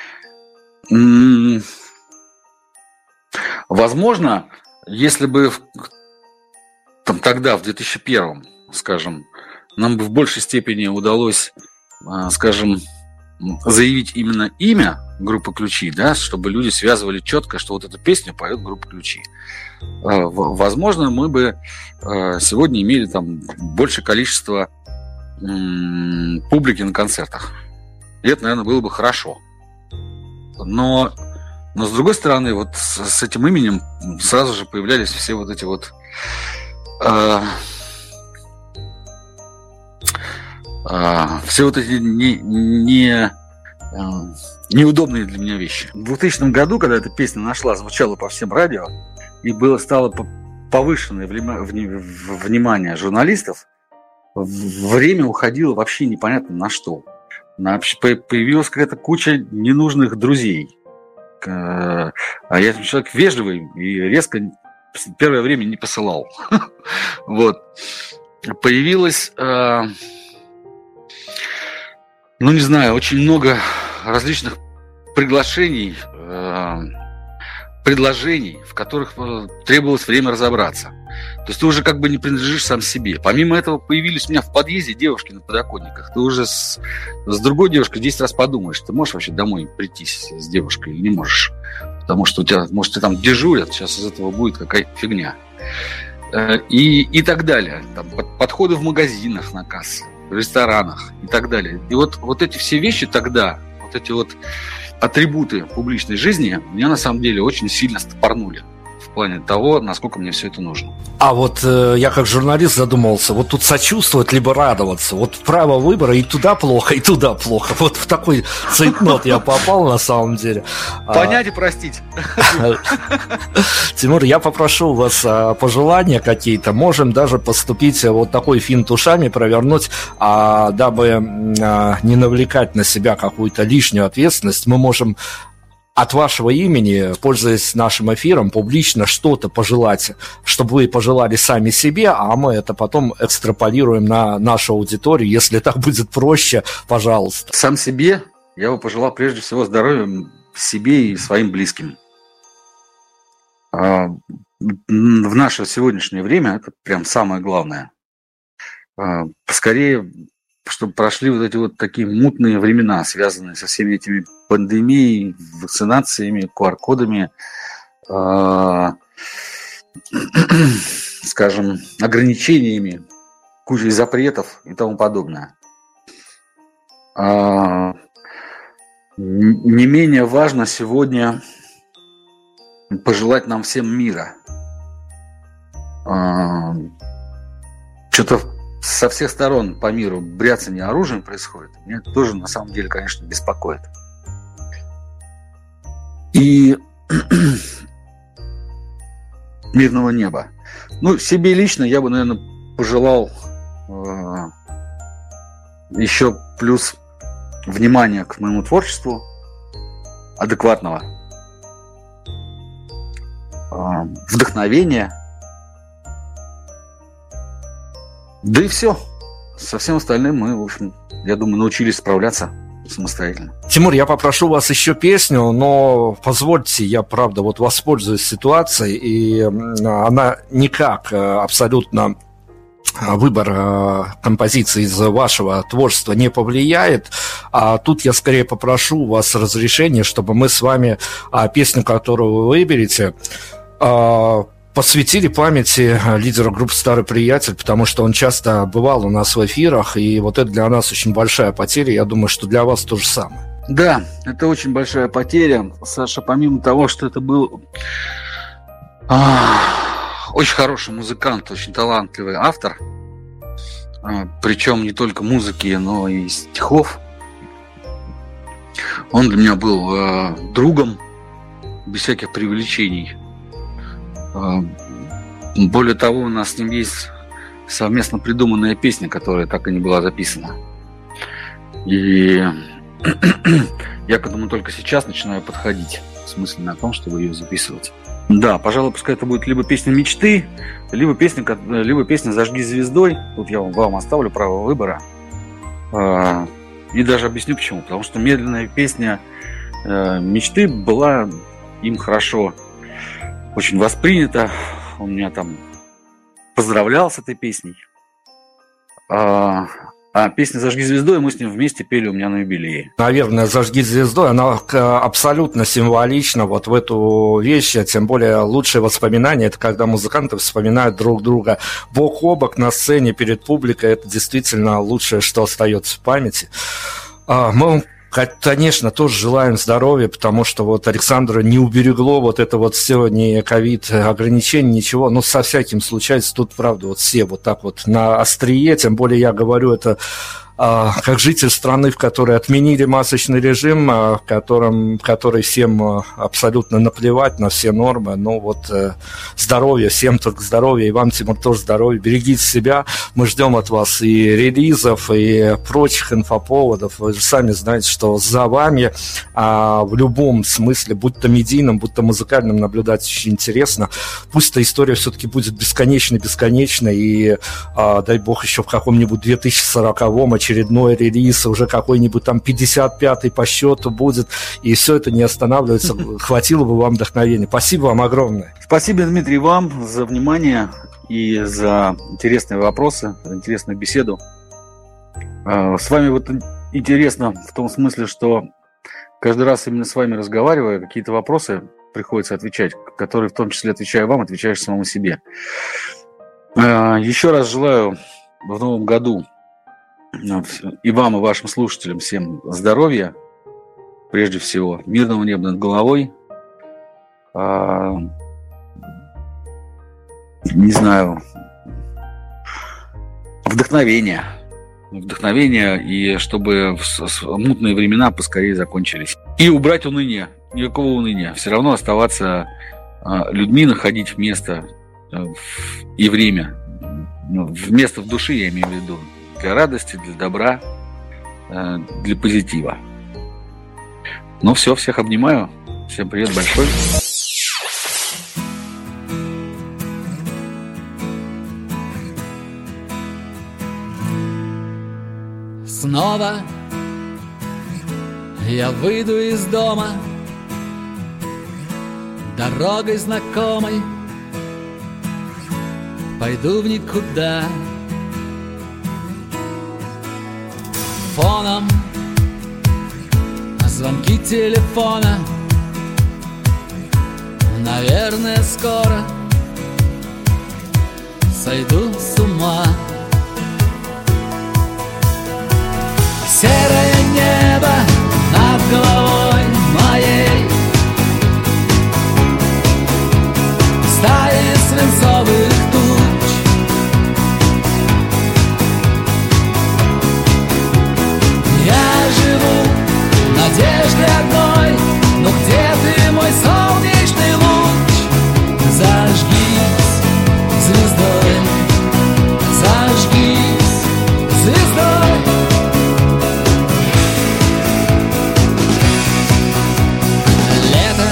Возможно, если бы тогда, в 2001, скажем, нам бы в большей степени удалось, скажем, заявить именно имя группы «Ключи», да, чтобы люди связывали четко, что вот эту песню поет группа «Ключи». Возможно, мы бы сегодня имели там большее количество публики на концертах. И это, наверное, было бы хорошо. Но с другой стороны, вот с этим именем сразу же появлялись все вот эти вот все вот эти неудобные для меня вещи. В 2000 году, когда эта песня звучала по всем радио, и стало повышенное внимание журналистов, время уходило вообще непонятно на что. Появилась какая-то куча ненужных друзей. А я человек вежливый и резко первое время не посылал. Вот. Появилось, очень много различных предложений, в которых требовалось время разобраться. То есть ты уже как бы не принадлежишь сам себе. Помимо этого появились у меня в подъезде девушки на подоконниках. Ты уже с другой девушкой 10 раз подумаешь, ты можешь вообще домой прийти с девушкой или не можешь. Потому что у тебя, может, ты там дежурят, сейчас из этого будет какая-то фигня. И так далее. Там, подходы в магазинах на кассы, в ресторанах и так далее. И вот эти все вещи тогда, вот эти вот атрибуты публичной жизни меня на самом деле очень сильно стопорнули в плане того, насколько мне все это нужно. А вот я как журналист задумался, вот тут сочувствовать либо радоваться. Вот право выбора и туда плохо, и туда плохо. Вот в такой цейтнот я попал на самом деле. Понять и простить. Тимур, я попрошу у вас пожелания какие-то. Можем даже поступить вот такой финт ушами, провернуть, дабы не навлекать на себя какую-то лишнюю ответственность. Мы можем от вашего имени, пользуясь нашим эфиром, публично что-то пожелать, чтобы вы пожелали сами себе, а мы это потом экстраполируем на нашу аудиторию. Если так будет проще, пожалуйста. Сам себе я бы пожелал прежде всего здоровья себе и своим близким. В наше сегодняшнее время это прям самое главное. Поскорее чтобы прошли вот эти вот такие мутные времена, связанные со всеми этими пандемией, вакцинациями, QR-кодами, скажем, ограничениями, кучей запретов и тому подобное. Не менее важно сегодня пожелать нам всем мира. Что-то со всех сторон по миру бряцание оружием происходит. Меня это тоже на самом деле, конечно, беспокоит. И мирного неба. Ну, себе лично я бы, наверное, пожелал еще плюс внимания к моему творчеству, адекватного, вдохновения. Да и все. Со всем остальным мы, в общем, я думаю, научились справляться самостоятельно. Тимур, я попрошу вас еще песню, но позвольте, я, правда, вот воспользуюсь ситуацией, и она никак абсолютно выбор композиции из вашего творчества не повлияет. А тут я скорее попрошу у вас разрешения, чтобы мы с вами песню, которую вы выберете, посвятили памяти лидера группы «Старый приятель», потому что он часто бывал у нас в эфирах, и вот это для нас очень большая потеря. Я думаю, что для вас то же самое. Да, это очень большая потеря. Саша, помимо того, что это был очень хороший музыкант, очень талантливый автор, причем не только музыки, но и стихов. Он для меня был другом, без всяких преувеличений. Более того, у нас с ним есть совместно придуманная песня, которая так и не была записана. И я к этому только сейчас начинаю подходить с мыслями о том, чтобы ее записывать. Да, пожалуй, пускай это будет либо песня мечты, либо песня «Зажги звездой». Тут я вам оставлю право выбора. И даже объясню почему. Потому что медленная песня мечты была им хорошо очень воспринята. Он меня там поздравлял с этой песней. А песня «Зажги звездой» мы с ним вместе пели у меня на юбилее. Наверное, «Зажги звездой», она абсолютно символична вот в эту вещь, тем более лучшие воспоминания – это когда музыканты вспоминают друг друга бок о бок на сцене перед публикой. Это действительно лучшее, что остается в памяти. Мы, конечно, тоже желаем здоровья, потому что вот Александра не уберегло вот это вот все, не ковид, ограничений, ничего, но со всяким случается. Тут, правда, вот все вот так вот на острие, тем более я говорю это как житель страны, в которой отменили масочный режим, в которой всем абсолютно наплевать на все нормы. Ну вот здоровья, всем только здоровья, и вам, Тимур, тоже здоровья. Берегите себя, мы ждем от вас и релизов, и прочих инфоповодов. Вы же сами знаете, что за вами в любом смысле, будь то медийном, будь то музыкальном, наблюдать очень интересно. Пусть эта история все-таки будет бесконечной, и дай бог еще в каком-нибудь 2040-м очередной релиз, уже какой-нибудь там 55-й по счету будет, и все это не останавливается. Хватило бы вам вдохновения. Спасибо вам огромное. Спасибо, Дмитрий, вам за внимание и за интересные вопросы, за интересную беседу. С вами вот интересно в том смысле, что каждый раз именно с вами разговаривая, какие-то вопросы приходится отвечать, которые в том числе, отвечая вам, отвечаешь самому себе. Еще раз желаю в новом году и вам, и вашим слушателям всем здоровья, прежде всего, мирного неба над головой, не знаю, вдохновения, и чтобы мутные времена поскорее закончились. И убрать уныние, никакого уныния, все равно оставаться людьми, находить место и время, место в душе, я имею в виду, для радости, для добра, для позитива. Ну все, всех обнимаю. Всем привет большой. Снова я выйду из дома дорогой знакомой, пойду в никуда. фоном звонки телефона. Наверное, скоро сойду с ума. Серое небо над головой моей, стаи свинцовых туч. Я живу в надежде одной, но где ты, мой солнечный луч? Зажгись звездой, зажгись звездой. Лето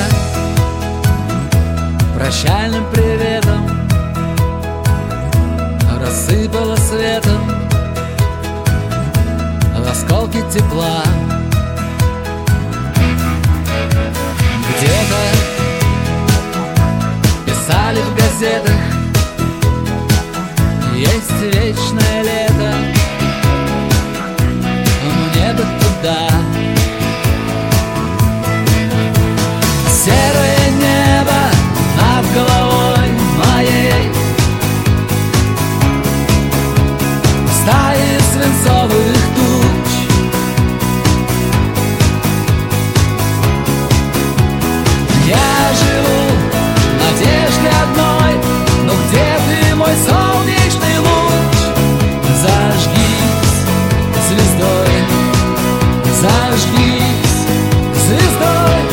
прощальным приветом рассыпало светом в осколки тепла. Где-то писали в газетах: есть вечное лето, мне бы туда. Серое небо над головой моей, стаи свинцовых туч. Я живу в надежде одной, но где ты, мой солнечный луч? Зажгись звездой, зажгись звездой.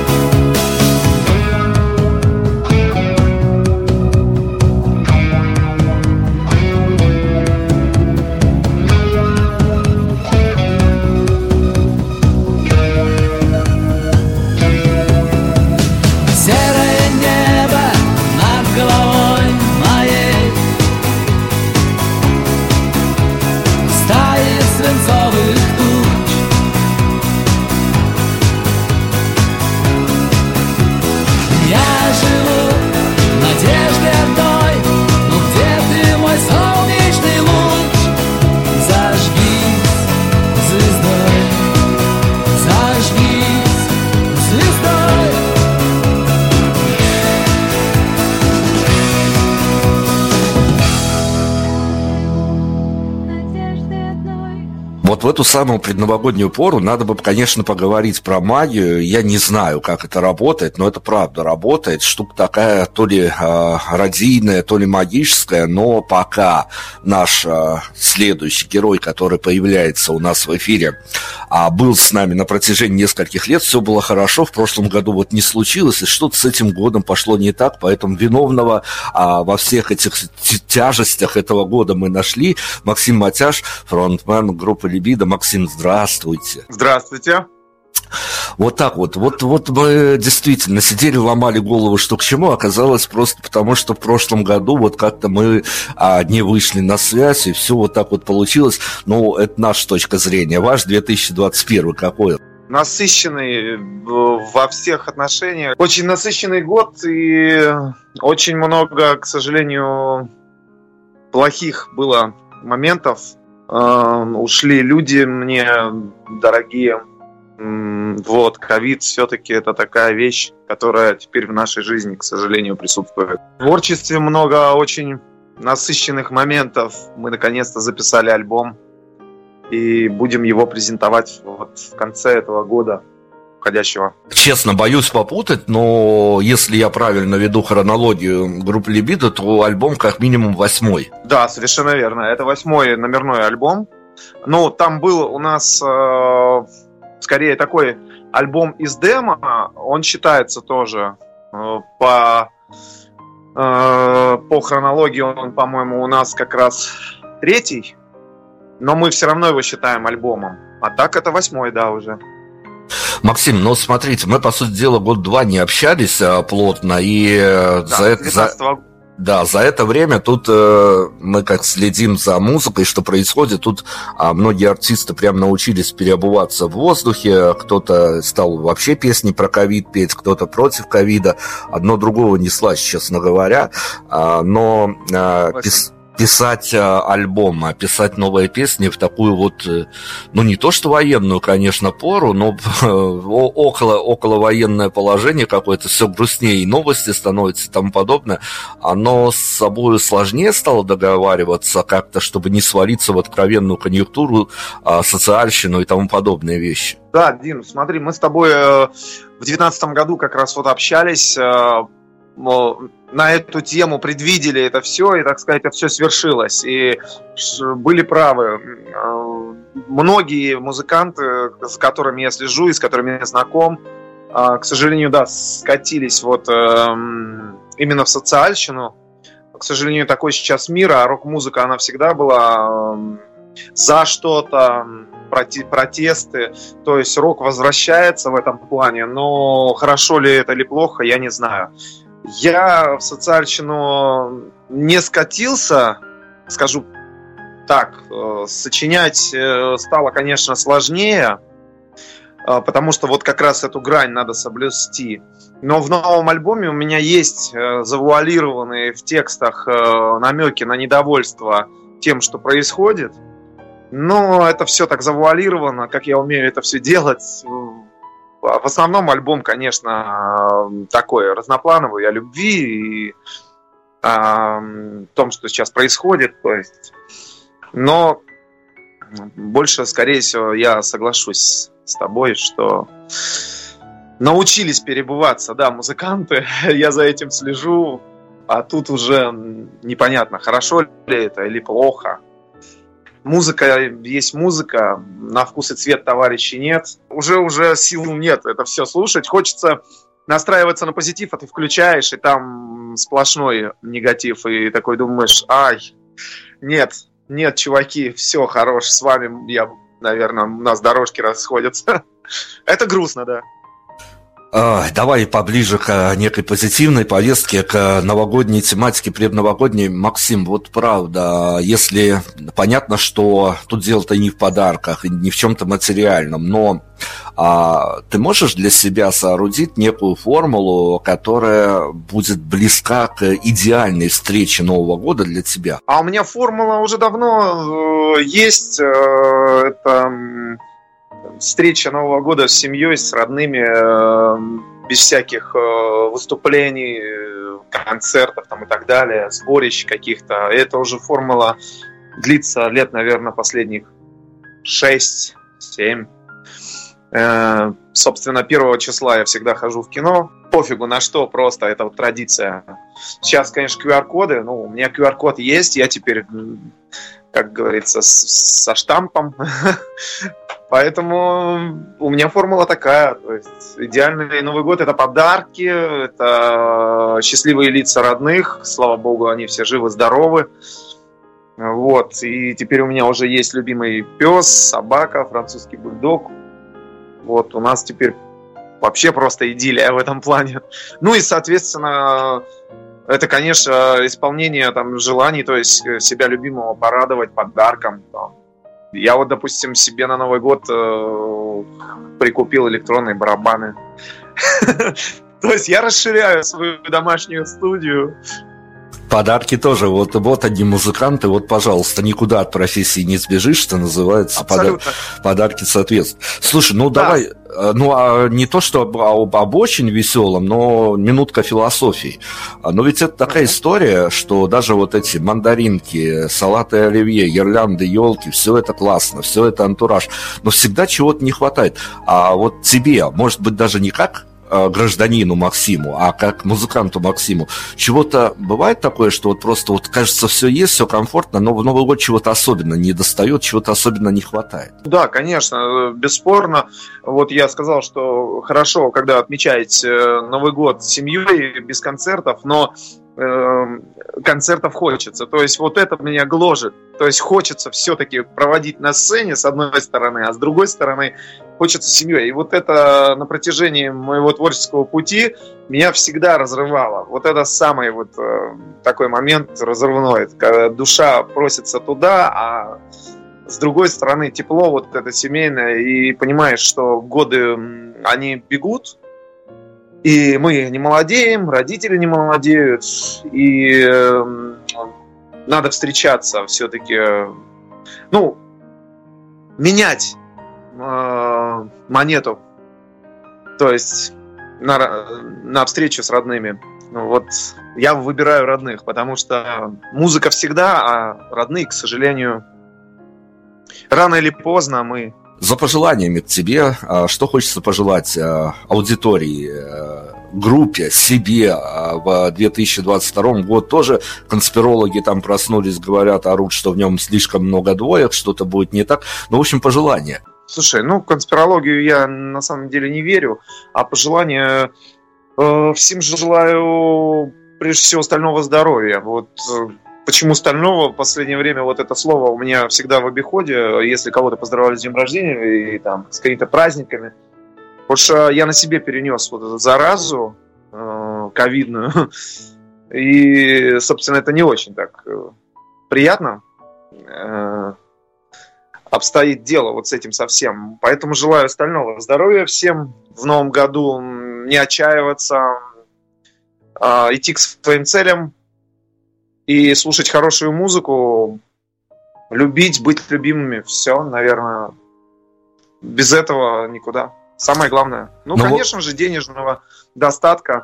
Вот в эту самую предновогоднюю пору надо бы, конечно, поговорить про магию. Я не знаю, как это работает, но это правда работает. Штука такая то ли радийная, то ли магическая, но пока наш следующий герой, который появляется у нас в эфире, был с нами на протяжении нескольких лет, все было хорошо. В прошлом году вот не случилось, и что-то с этим годом пошло не так, поэтому виновного во всех этих тяжестях этого года мы нашли. Максим Матяш, фронтмен группы «Либидо». Максим, здравствуйте. Здравствуйте. Вот так вот мы действительно сидели, ломали голову, что к чему, оказалось просто потому, что в прошлом году вот как-то мы не вышли на связь, и все вот так вот получилось. Ну, это наша точка зрения. Ваш 2021 какой? Насыщенный во всех отношениях. Очень насыщенный год, и очень много, к сожалению, плохих было моментов. Ушли люди мне дорогие. Вот, ковид все-таки это такая вещь, которая теперь в нашей жизни, к сожалению, присутствует. В творчестве много очень насыщенных моментов. Мы наконец-то записали альбом и будем его презентовать вот в конце этого года входящего. Честно, боюсь попутать, но если я правильно веду хронологию группы «Либидо», то альбом как минимум 8-й. Да, совершенно верно. Это 8-й номерной альбом. Ну, там был у нас скорее такой альбом из демо. Он считается тоже по хронологии, он, по-моему, у нас как раз 3-й. Но мы все равно его считаем альбомом. А так это 8-й, да, уже. Максим, ну смотрите, мы, по сути дела, год-два не общались плотно, и за это время тут мы как следим за музыкой, что происходит. Тут многие артисты прям научились переобуваться в воздухе, кто-то стал вообще песни про ковид петь, кто-то против ковида. Одно другого не сласть, честно говоря. Но писать альбом, а писать новые песни в такую вот, ну не то что военную, конечно, пору, но около военное положение какое-то, все грустнее, и новости становятся и тому подобное, оно с собой сложнее стало договариваться как-то, чтобы не свалиться в откровенную конъюнктуру, социальщину и тому подобные вещи. Да, Дим, смотри, мы с тобой в 2019 году как раз вот общались, на эту тему, предвидели это все, и, так сказать, это все свершилось. И были правы. Многие музыканты, с которыми я слежу и с которыми я знаком, к сожалению, да, скатились вот именно в социальщину. К сожалению, такой сейчас мир, а рок-музыка, она всегда была за что-то, протесты. То есть рок возвращается в этом плане, но хорошо ли это или плохо, я не знаю. Я в социальщину не скатился, скажу так, сочинять стало, конечно, сложнее, потому что вот как раз эту грань надо соблюсти. Но в новом альбоме у меня есть завуалированные в текстах намеки на недовольство тем, что происходит. Но это все так завуалировано, как я умею это все делать. В основном альбом, конечно, такой разноплановый, о любви и о том, что сейчас происходит. То есть, но больше, скорее всего, я соглашусь с тобой, что научились перебываться, да, музыканты. Я за этим слежу, а тут уже непонятно, хорошо ли это или плохо. Музыка есть музыка, на вкус и цвет товарищей нет. Уже сил нет это все слушать. Хочется настраиваться на позитив, а ты включаешь, и там сплошной негатив. И такой думаешь, нет, чуваки, все, хорош, с вами, наверное, у нас дорожки расходятся. Это грустно, да. Давай поближе к некой позитивной повестке, к новогодней тематике, предновогодней. Максим, вот правда, если понятно, что тут дело-то не в подарках, и не в чем-то материальном, но ты можешь для себя соорудить некую формулу, которая будет близка к идеальной встрече Нового года для тебя? А у меня формула уже давно есть. Это встреча Нового года с семьей, с родными, без всяких выступлений, концертов там и так далее, сборищ каких-то. Это уже формула длится лет, наверное, последних 6-7. Собственно, 1 числа я всегда хожу в кино. Пофигу на что, просто это вот традиция. Сейчас, конечно, QR-коды. У меня QR-код есть, я теперь, как говорится, со штампом. Поэтому у меня формула такая. То есть идеальный Новый год — это подарки, это счастливые лица родных. Слава богу, они все живы-здоровы. Вот. И теперь у меня уже есть любимый пес, собака, французский бульдог. Вот. У нас теперь вообще просто идиллия в этом плане. Ну и, соответственно, это, конечно, исполнение там желаний, то есть себя любимого порадовать подарком. Я вот, допустим, себе на Новый год прикупил электронные барабаны. То есть я расширяю свою домашнюю студию. Подарки тоже. Вот одни музыканты, вот, пожалуйста, никуда от профессии не сбежишь, что называется. Подарки соответствуют. Слушай, давай, не то, что об очень веселом, но минутка философии. Но ведь это такая история, что даже вот эти мандаринки, салаты оливье, гирлянды, елки, все это классно, все это антураж. Но всегда чего-то не хватает. А вот тебе, может быть, даже не как гражданину Максиму, а как музыканту Максиму, чего-то бывает такое, что вот просто вот кажется, все есть, все комфортно, но в Новый год чего-то особенно не достает, чего-то особенно не хватает? Да, конечно, бесспорно. Вот я сказал, что хорошо, когда отмечаете Новый год с семьей, без концертов, но концертов хочется. То есть вот это меня гложет. То есть хочется все-таки проводить на сцене с одной стороны, а с другой стороны хочется с семьей. И вот это на протяжении моего творческого пути меня всегда разрывало. Вот это самый вот такой момент разрывной, когда душа просится туда, а с другой стороны тепло вот это семейное, и понимаешь, что годы, они бегут, и мы не молодеем, родители не молодеют, и надо встречаться все-таки, менять монету, то есть на встречу с родными. Я выбираю родных, потому что музыка всегда, а родные, к сожалению, рано или поздно мы... За пожеланиями к тебе, что хочется пожелать аудитории, группе, себе в 2022 год? Тоже конспирологи там проснулись, говорят, орут, что в нем слишком много двоек, что-то будет не так. В общем, пожелания. Слушай, в конспирологию я на самом деле не верю, а пожелания всем желаю, прежде всего, стального здоровья. Почему стального? В последнее время это слово у меня всегда в обиходе, если кого-то поздравляю с днем рождения и там с какими-то праздниками. Потому что я на себе перенес эту заразу ковидную, и, собственно, это не очень так приятно обстоит дело с этим совсем. Поэтому желаю стального здоровья всем в новом году, не отчаиваться, идти к своим целям, и слушать хорошую музыку, любить, быть любимыми. Все, наверное, без этого никуда. Самое главное. Конечно же, денежного достатка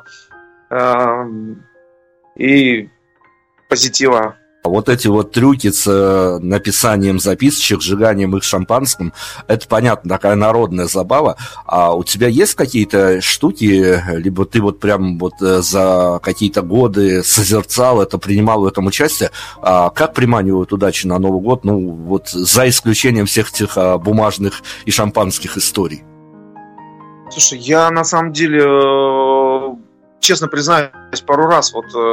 и позитива. Эти трюки с написанием записочек, сжиганием их шампанским, это, понятно, такая народная забава. А у тебя есть какие-то штуки, либо ты прям за какие-то годы созерцал это, принимал в этом участие? Как приманивают удачи на Новый год, за исключением всех этих бумажных и шампанских историй? Слушай, я на самом деле, честно признаюсь, пару раз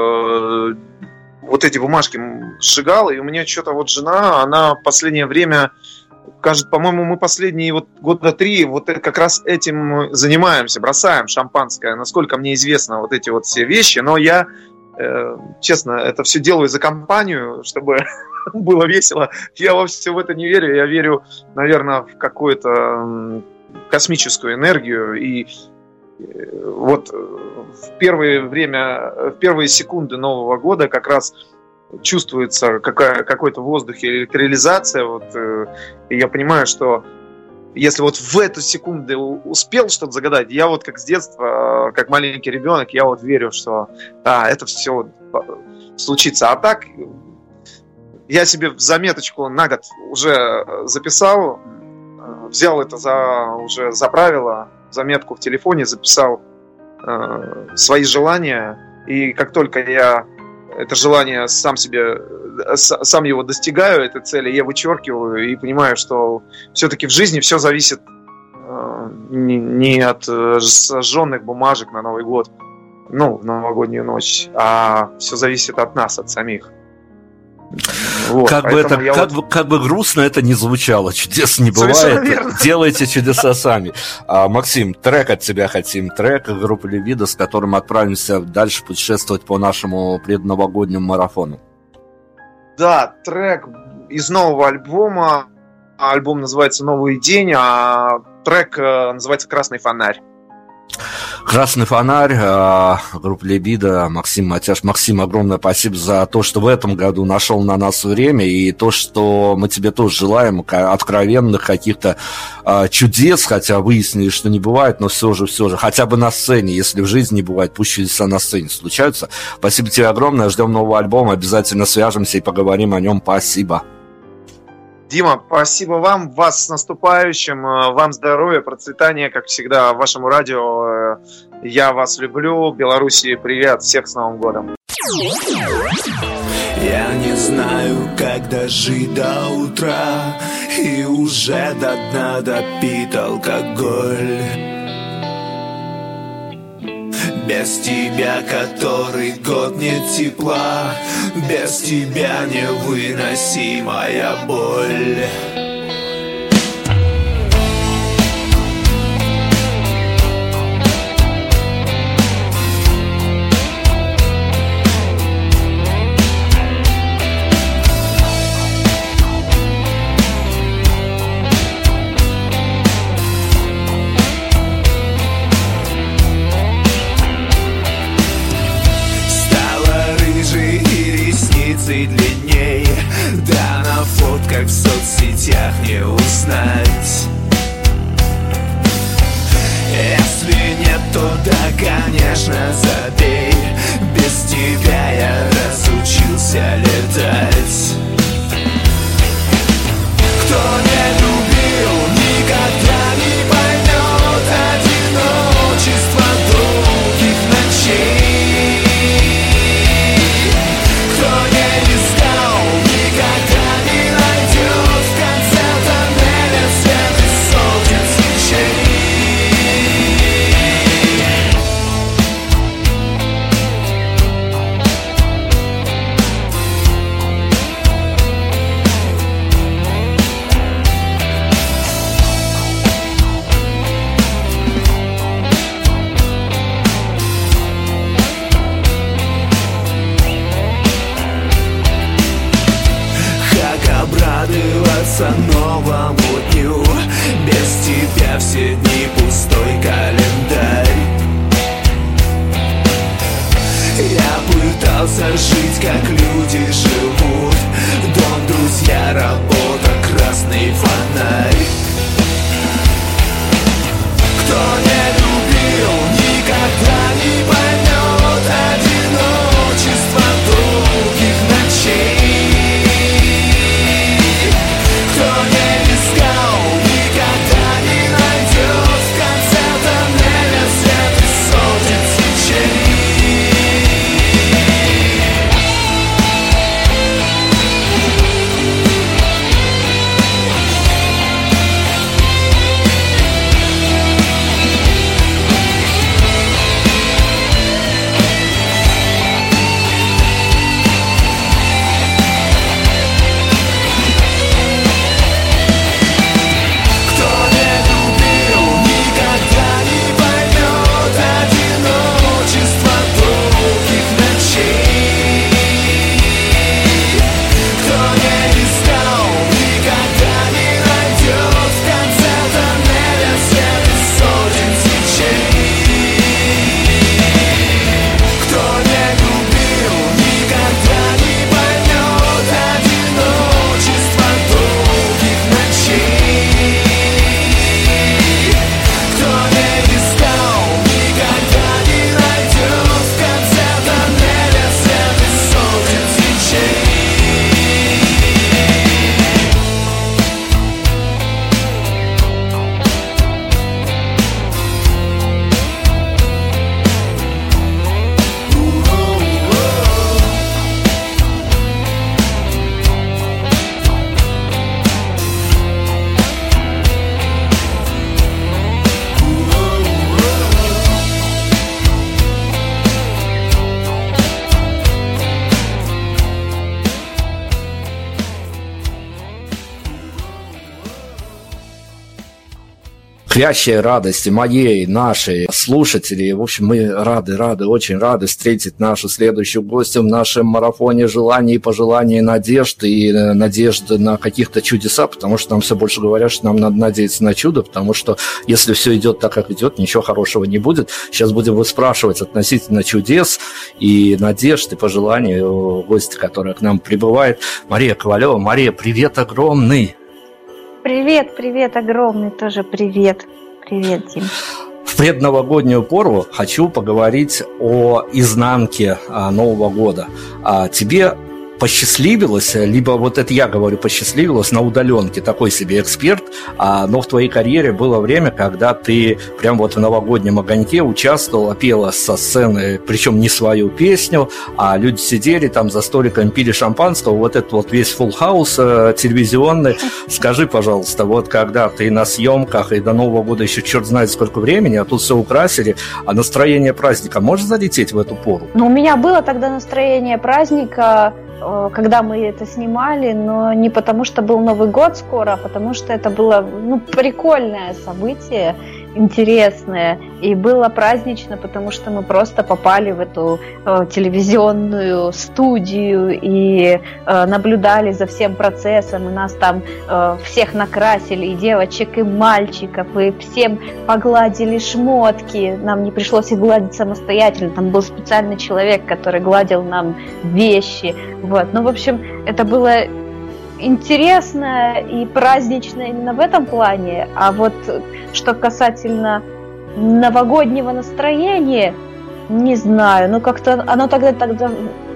эти бумажки сжигал, и у меня что-то жена, она в последнее время, кажется, по-моему, мы последние года 3 как раз этим занимаемся, бросаем шампанское, насколько мне известно эти все вещи, но я, честно, это все делаю за компанию, чтобы было весело. Я вовсе в это не верю, я верю, наверное, в какую-то космическую энергию, и в первые секунды Нового года как раз чувствуется какой-то в воздухе электролизация, и я понимаю, что если в эту секунду успел что-то загадать, я как с детства, как маленький ребенок, я верю, что это все случится. А так я себе в заметочку на год уже записал, взял это уже за правило, заметку в телефоне, записал свои желания, и как только я это желание сам его достигаю, этой цели, я вычеркиваю и понимаю, что все-таки в жизни все зависит не от сожженных бумажек на Новый год, в новогоднюю ночь, а все зависит от нас, от самих. Как бы грустно это ни звучало, чудес не бывает, делайте чудеса сами. Максим, трек от тебя хотим, трек группы Libido, с которым отправимся дальше путешествовать по нашему предновогоднему марафону. Да, трек из нового альбома, альбом называется «Новый день», а трек называется «Красный фонарь». Красный фонарь, группа Libido, Максим Матяш. Максим, огромное спасибо за то, что в этом году нашел на нас время, и то, что мы тебе тоже желаем откровенных каких-то чудес, хотя выяснили, что не бывает, но все же, хотя бы на сцене, если в жизни не бывает, пусть чудеса на сцене случаются. Спасибо тебе огромное, ждем нового альбома, обязательно свяжемся и поговорим о нем. Спасибо. Дима, спасибо вам, вас с наступающим, вам здоровья, процветания, как всегда, вашему радио. Я вас люблю, Белоруссии привет, всех с Новым годом. Я не знаю, как дожить до утра, и уже до дна допит алкоголь. Без тебя который год нет тепла, без тебя невыносимая боль. Длиннее как в соцсетях не узнать. Если нет, то да, конечно, забей. Без тебя я разучился летать. Кто не любил, никогда не поймет одиночество долгих ночей. Кто не искал, никогда не найдет в конце тоннеля свет из сотен свечей. Обрадоваться новому дню. Без тебя все дни пустой календарь. Я пытался жить, как люди живут. Дом, друзья, работа, красный фонарь. Кто не любил, никогда не поймет одиночество долгих ночей. К вящей радости моей, нашей, слушателей. В общем, мы рады, очень рады встретить нашу следующую гостью в нашем марафоне желаний, пожеланий, надежд и надежды на каких-то чудеса, потому что нам все больше говорят, что нам надо надеяться на чудо, потому что если все идет так, как идет, ничего хорошего не будет. Сейчас будем выспрашивать относительно чудес и надежд и пожеланий у гостя, которая к нам прибывает. Мария Ковалева. Мария, привет огромный! Привет огромный, тоже привет, Дим. В предновогоднюю пору хочу поговорить о изнанке Нового года. Тебе посчастливилось, либо вот это я говорю посчастливилось на удаленке, такой себе эксперт, но в твоей карьере было время, когда ты прям вот в новогоднем огоньке участвовала, пела со сцены, причем не свою песню, а люди сидели там за столиком, пили шампанского, вот этот вот весь фулл хаус телевизионный. Скажи, пожалуйста, вот когда ты на съемках и до Нового года еще черт знает сколько времени, а тут все украсили, а настроение праздника может залететь в эту пору? Ну, у меня было тогда настроение праздника, когда мы это снимали, но не потому, что был Новый год скоро, а потому что это было прикольное событие, интересное, и было празднично, потому что мы просто попали в эту телевизионную студию и наблюдали за всем процессом, и нас там всех накрасили, и девочек, и мальчиков, и всем погладили шмотки, нам не пришлось их гладить самостоятельно, там был специальный человек, который гладил нам вещи, вот. Ну, в общем, это было интересно и празднично именно в этом плане. А вот что касательно новогоднего настроения, не знаю, ну как-то оно тогда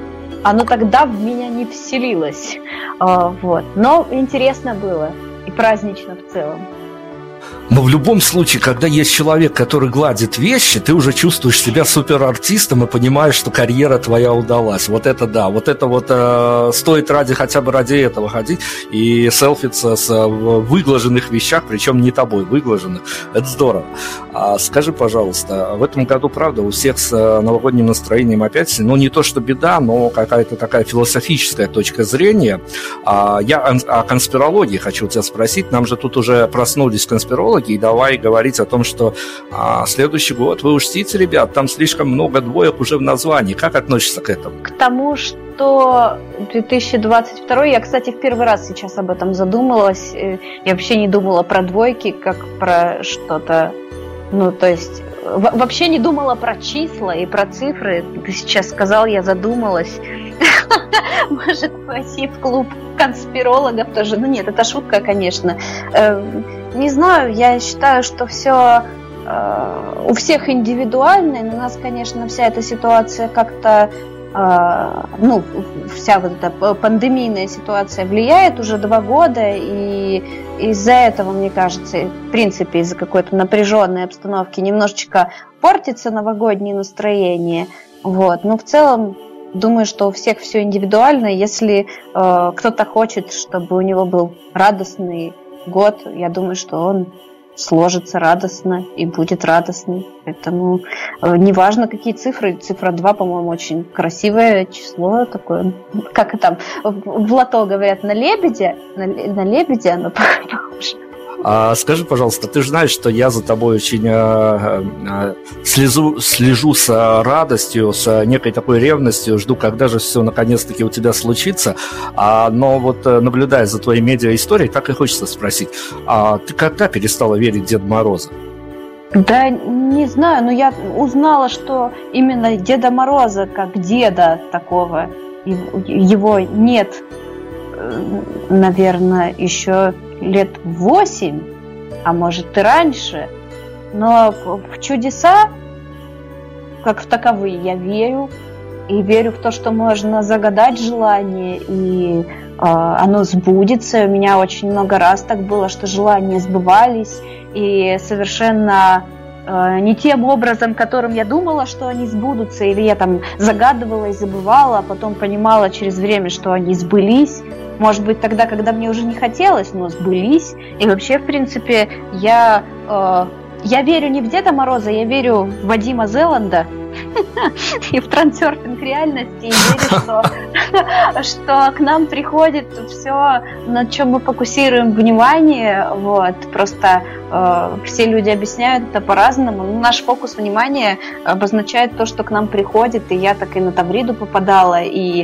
в меня не вселилось. Вот. Но интересно было и празднично в целом. Но в любом случае, когда есть человек, который гладит вещи, ты уже чувствуешь себя суперартистом и понимаешь, что карьера твоя удалась. Вот это да, вот это вот стоит хотя бы ради этого ходить и селфиться с выглаженных вещах, причем не тобой выглаженных. Это здорово. Скажи, пожалуйста, в этом году, правда, у всех с новогодним настроением опять, ну не то что беда, но какая-то такая философическая точка зрения. Я о конспирологии хочу тебя спросить. Нам же тут уже проснулись конспирологи, и давай говорить о том, что следующий год вы учтите, ребят, там слишком много двоек уже в названии. Как относишься к этому? К тому, что 2022, я, кстати, в первый раз сейчас об этом задумалась. Я вообще не думала про двойки, как про что-то, ну, то есть вообще не думала про числа и про цифры. Ты сейчас сказал, я задумалась. Может, пойти в клуб конспирологов тоже. Ну нет, это шутка, конечно. Не знаю, я считаю, что все у всех индивидуально. На нас, конечно, вся эта ситуация как-то, ну, вся вот эта пандемийная ситуация влияет уже 2 года, и из-за этого, мне кажется, в принципе, из-за какой-то напряженной обстановки немножечко портится новогоднее настроение. Вот. Но в целом, думаю, что у всех все индивидуально. Если кто-то хочет, чтобы у него был радостный год, я думаю, что он сложится радостно и будет радостный. Поэтому неважно, какие цифры. Цифра 2, по-моему, очень красивое число такое. Как там в лото говорят, на лебедя. На лебедя оно похоже. Скажи, пожалуйста, ты же знаешь, что я за тобой очень слежу с радостью, с некой такой ревностью, жду, когда же все наконец-таки у тебя случится. Но вот наблюдая за твоей медиа-историей, так и хочется спросить, ты когда перестала верить в Деда Мороза? Да, не знаю, но я узнала, что именно Деда Мороза, как деда такого, его нет, наверное, еще лет 8, а может и раньше. Но в чудеса, как в таковые, я верю. И верю в то, что можно загадать желание, и оно сбудется. У меня очень много раз так было, что желания сбывались, и совершенно не тем образом, которым я думала, что они сбудутся, или я там загадывала и забывала, а потом понимала через время, что они сбылись. Может быть, тогда, когда мне уже не хотелось, но сбылись. И вообще, в принципе, я верю не в Деда Мороза, я верю в Вадима Зеланда и в трансерфинг реальности, и верю, что к нам приходит все, на чем мы фокусируем внимание. Вот. Просто все люди объясняют это по-разному. Но наш фокус внимания обозначает то, что к нам приходит. И я так и на Тавриду попадала, и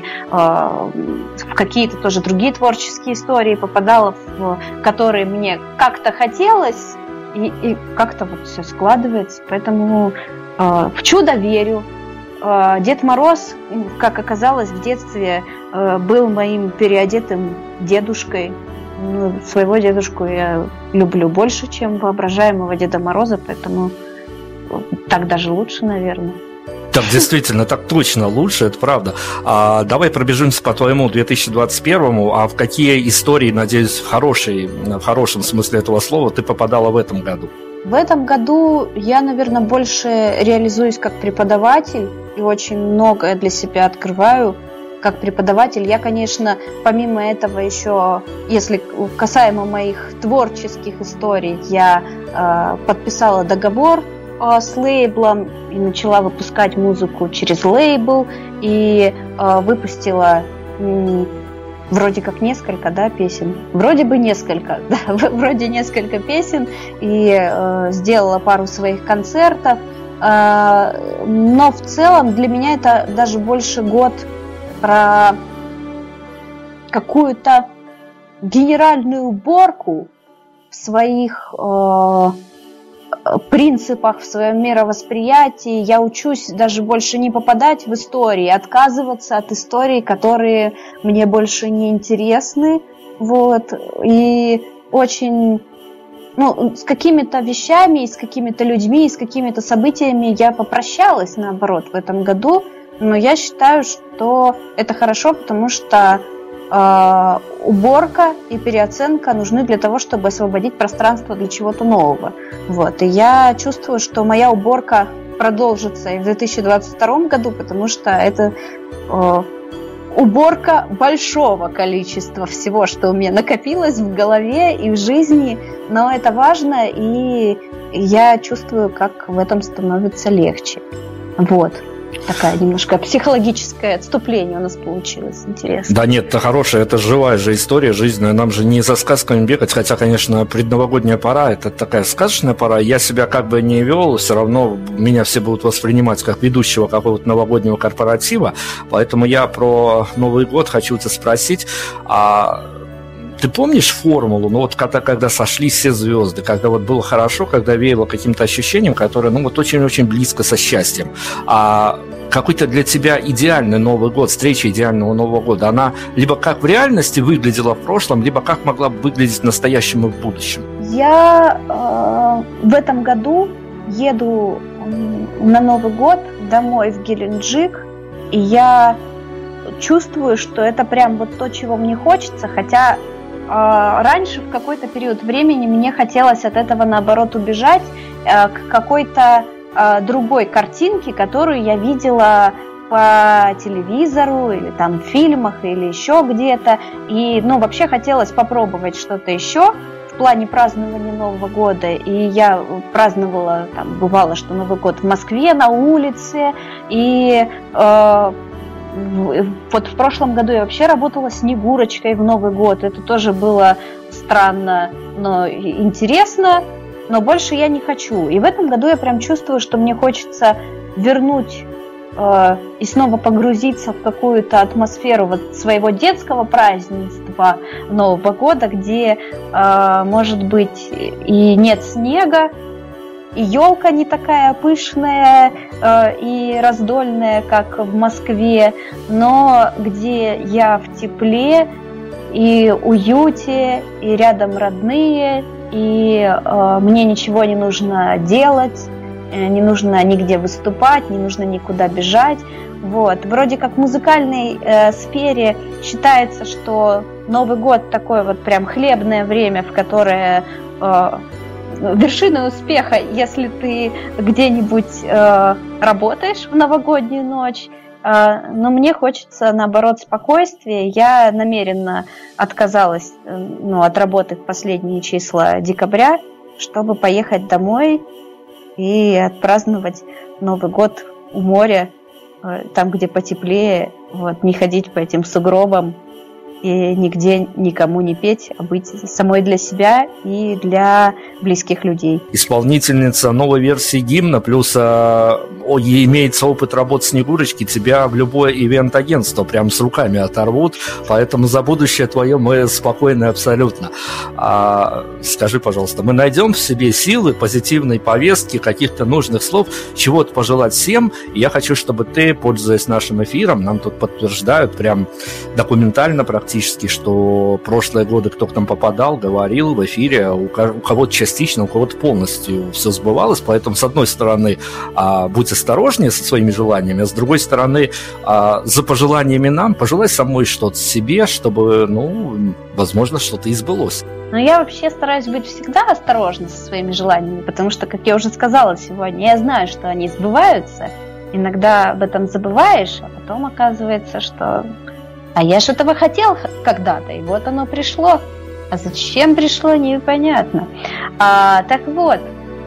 в какие-то тоже другие творческие истории попадала, в которые мне как-то хотелось, и как-то вот все складывается. Поэтому в чудо верю. Дед Мороз, как оказалось, в детстве был моим переодетым дедушкой. Ну, своего дедушку я люблю больше, чем воображаемого Деда Мороза, поэтому так даже лучше, наверное. Так, действительно, так точно лучше, это правда. Давай пробежимся по твоему 2021-му, а в какие истории, надеюсь, в хорошем смысле этого слова, ты попадала в этом году? В этом году я, наверное, больше реализуюсь как преподаватель и очень многое для себя открываю как преподаватель. Я, конечно, помимо этого еще, если касаемо моих творческих историй, я подписала договор с лейблом и начала выпускать музыку через лейбл и выпустила вроде как несколько, да, песен. Вроде бы несколько, да, вроде несколько песен и сделала пару своих концертов. Но в целом для меня это даже больше год про какую-то генеральную уборку в своих принципах, в своем мировосприятии. Я учусь даже больше не попадать в истории, отказываться от историй, которые мне больше не интересны, вот, и очень, с какими-то вещами, и с какими-то людьми, и с какими-то событиями я попрощалась, наоборот, в этом году, но я считаю, что это хорошо, потому что уборка и переоценка нужны для того, чтобы освободить пространство для чего-то нового. Вот. И я чувствую, что моя уборка продолжится и в 2022 году, потому что это уборка большого количества всего, что у меня накопилось в голове и в жизни, но это важно, и я чувствую, как в этом становится легче. Вот. Такая немножко психологическое отступление у нас получилось. Интересно. Да нет, это хорошая, это живая же история жизненная. Нам же не за сказками бегать, хотя, конечно, предновогодняя пора, это такая сказочная пора. Я себя как бы не вел, все равно меня все будут воспринимать как ведущего какого-то новогоднего корпоратива. Поэтому я про Новый год хочу тебя спросить, ты помнишь формулу, вот когда сошлись все звезды, когда вот было хорошо, когда веяло каким-то ощущением, которое, очень-очень близко со счастьем. А какой-то для тебя идеальный Новый год, встреча идеального Нового года, она либо как в реальности выглядела в прошлом, либо как могла бы выглядеть в настоящем и в будущем? Я в этом году еду на Новый год домой в Геленджик, и я чувствую, что это прям вот то, чего мне хочется, хотя раньше в какой-то период времени мне хотелось от этого, наоборот, убежать к какой-то другой картинке, которую я видела по телевизору или там в фильмах или еще где-то. И, вообще хотелось попробовать что-то еще в плане празднования Нового года. И я праздновала, бывало, что Новый год в Москве на улице. И вот в прошлом году я вообще работала Снегурочкой в Новый год. Это тоже было странно, но интересно, но больше я не хочу. И в этом году я прям чувствую, что мне хочется вернуть и снова погрузиться в какую-то атмосферу вот своего детского празднества Нового года, где, может быть, и нет снега, и елка не такая пышная и раздольная, как в Москве, но где я в тепле и уюте, и рядом родные, и мне ничего не нужно делать, не нужно нигде выступать, не нужно никуда бежать. Вот. Вроде как в музыкальной сфере считается, что Новый год такое вот прям хлебное время, в которое вершиной успеха, если ты где-нибудь работаешь в новогоднюю ночь. Но мне хочется, наоборот, спокойствия. Я намеренно отказалась от работы в последние числа декабря, чтобы поехать домой и отпраздновать Новый год у моря, там, где потеплее, не ходить по этим сугробам и нигде никому не петь, а быть самой для себя и для близких людей. Исполнительница новой версии гимна, плюс имеется опыт работы Снегурочки, тебя в любое ивент-агентство прям с руками оторвут, поэтому за будущее твое мы спокойны абсолютно. Скажи, пожалуйста, мы найдем в себе силы, позитивной повестки, каких-то нужных слов, чего-то пожелать всем, и я хочу, чтобы ты, пользуясь нашим эфиром, нам тут подтверждают прям документально практически, что прошлые годы, кто к нам попадал, говорил в эфире, у кого-то частично, у кого-то полностью все сбывалось, поэтому, с одной стороны, будь осторожнее со своими желаниями, а с другой стороны, за пожеланиями нам, пожелай самой что-то себе, чтобы, возможно, что-то и сбылось. Но я вообще стараюсь быть всегда осторожна со своими желаниями, потому что, как я уже сказала сегодня, я знаю, что они сбываются. Иногда об этом забываешь, а потом оказывается, что а я же этого хотел когда-то, и вот оно пришло. А зачем пришло, непонятно. Так вот,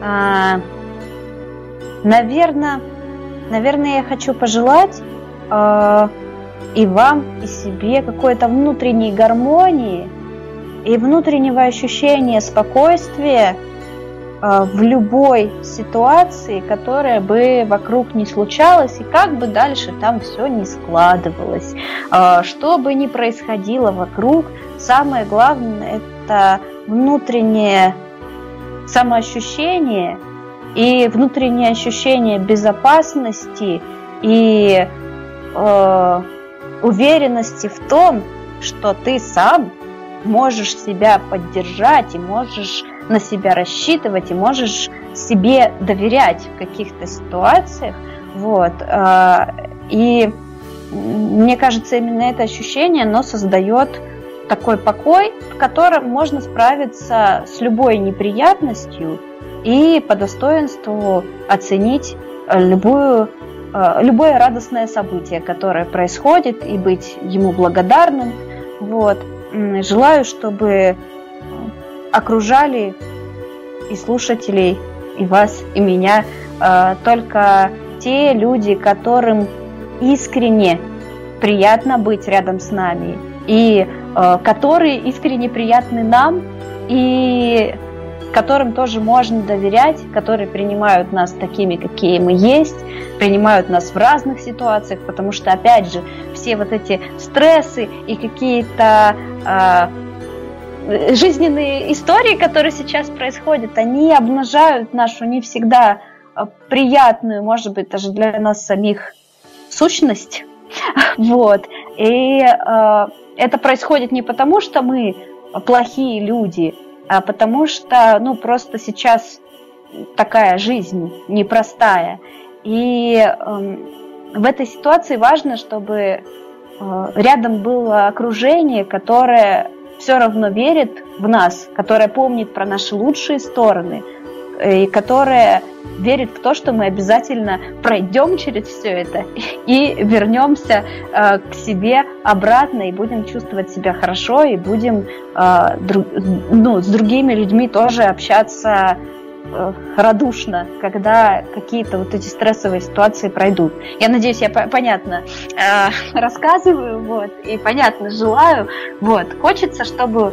наверное, я хочу пожелать и вам, и себе какой-то внутренней гармонии и внутреннего ощущения спокойствия в любой ситуации, которая бы вокруг не случалась, и как бы дальше там все не складывалось. Что бы ни происходило вокруг, самое главное – это внутреннее самоощущение и внутреннее ощущение безопасности и уверенности в том, что ты сам можешь себя поддержать, и можешь на себя рассчитывать, и можешь себе доверять в каких-то ситуациях. Вот. И мне кажется, именно это ощущение, оно создает такой покой, в котором можно справиться с любой неприятностью и по достоинству оценить любое радостное событие, которое происходит, и быть ему благодарным. Вот. Желаю, чтобы окружали и слушателей, и вас, и меня только те люди, которым искренне приятно быть рядом с нами, и которые искренне приятны нам, и которым тоже можно доверять, которые принимают нас такими, какие мы есть, принимают нас в разных ситуациях, потому что, опять же, все вот эти стрессы и какие-то жизненные истории, которые сейчас происходят, они обнажают нашу не всегда приятную, может быть, даже для нас самих сущность. Вот. И это происходит не потому, что мы плохие люди, а потому что, просто сейчас такая жизнь непростая. И в этой ситуации важно, чтобы рядом было окружение, которое все равно верит в нас, которое помнит про наши лучшие стороны, и которое верит в то, что мы обязательно пройдем через все это и вернемся к себе обратно, и будем чувствовать себя хорошо, и будем с другими людьми тоже общаться радушно, когда какие-то вот эти стрессовые ситуации пройдут. Я надеюсь, я понятно рассказываю, вот, и понятно желаю. Вот. Хочется, чтобы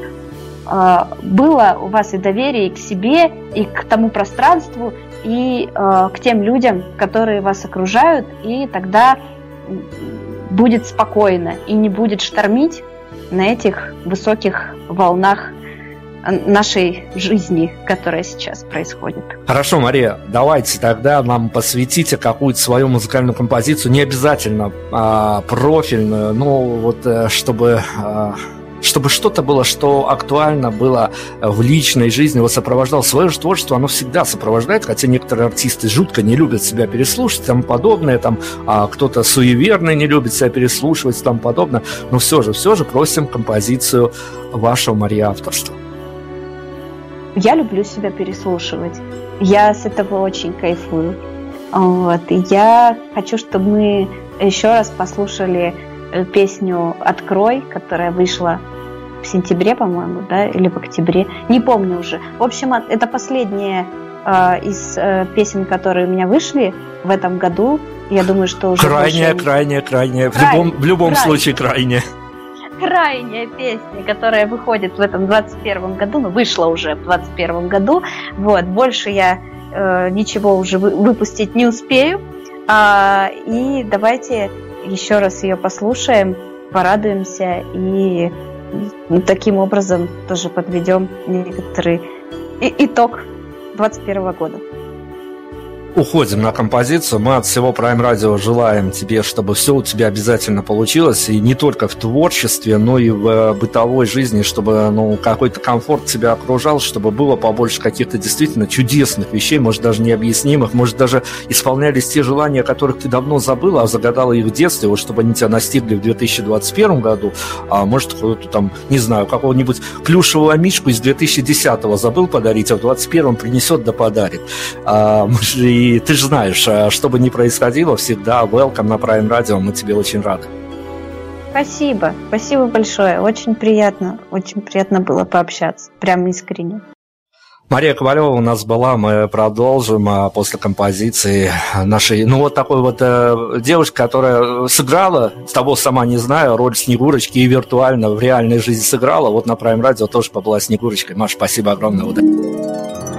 было у вас и доверие и к себе, и к тому пространству, и к тем людям, которые вас окружают, и тогда будет спокойно и не будет штормить на этих высоких волнах нашей жизни, которая сейчас происходит. Хорошо, Мария, давайте тогда нам посвятите какую-то свою музыкальную композицию, не обязательно профильную, но чтобы что-то было, что актуально было в личной жизни, его сопровождало. Свое же творчество, оно всегда сопровождает, хотя некоторые артисты жутко не любят себя переслушать, и тому подобное, кто-то суеверный не любит себя переслушивать и тому подобное, но все же просим композицию вашего, Мария, авторства. Я люблю себя переслушивать. Я с этого очень кайфую. Вот. И я хочу, чтобы мы еще раз послушали песню «Открой», которая вышла в сентябре, по-моему, да, или в октябре. Не помню уже. В общем, это последняя из песен, которые у меня вышли в этом году. Я думаю, что уже... Крайняя. В любом случае, крайняя. Крайняя песня, которая выходит в этом 21 году, вышла уже в 21 году. Вот, больше я ничего уже выпустить не успею. И давайте еще раз ее послушаем, порадуемся и таким образом тоже подведем некоторый итог 2021 года. Уходим на композицию. Мы от всего Prime Radio желаем тебе, чтобы все у тебя обязательно получилось, и не только в творчестве, но и в бытовой жизни, чтобы какой-то комфорт тебя окружал, чтобы было побольше каких-то действительно чудесных вещей, может, даже необъяснимых, может, даже исполнялись те желания, которых ты давно забыла, а загадала их в детстве, чтобы они тебя настигли в 2021 году, а может, какого-то не знаю, какого-нибудь плюшевого мишку из 2010-го забыл подарить, а в 2021 принесет да подарит. И ты же знаешь, что бы ни происходило, всегда welcome на Prime Radio, мы тебе очень рады. Спасибо большое, очень приятно было пообщаться, прям искренне. Мария Ковалева у нас была, мы продолжим после композиции нашей, такой девушки, которая сыграла, того сама не знаю, роль Снегурочки и виртуально в реальной жизни сыграла, на Prime Radio тоже побыла Снегурочкой. Маш, спасибо огромное, удачи.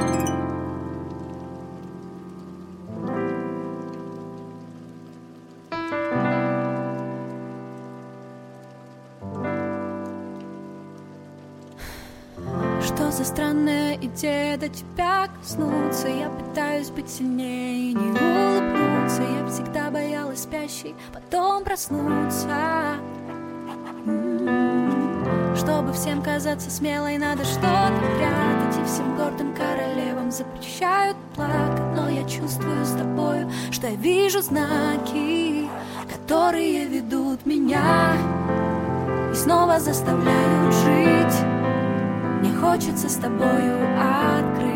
Что за странная идея до тебя коснуться? Я пытаюсь быть сильнее и не улыбнуться. Я всегда боялась спящей, потом проснуться. чтобы всем казаться смелой, надо что-то прятать. И всем гордым королевам запрещают плакать. Но я чувствую с тобою, что я вижу знаки, которые ведут меня и снова заставляют жить. Мне хочется с тобою открыть.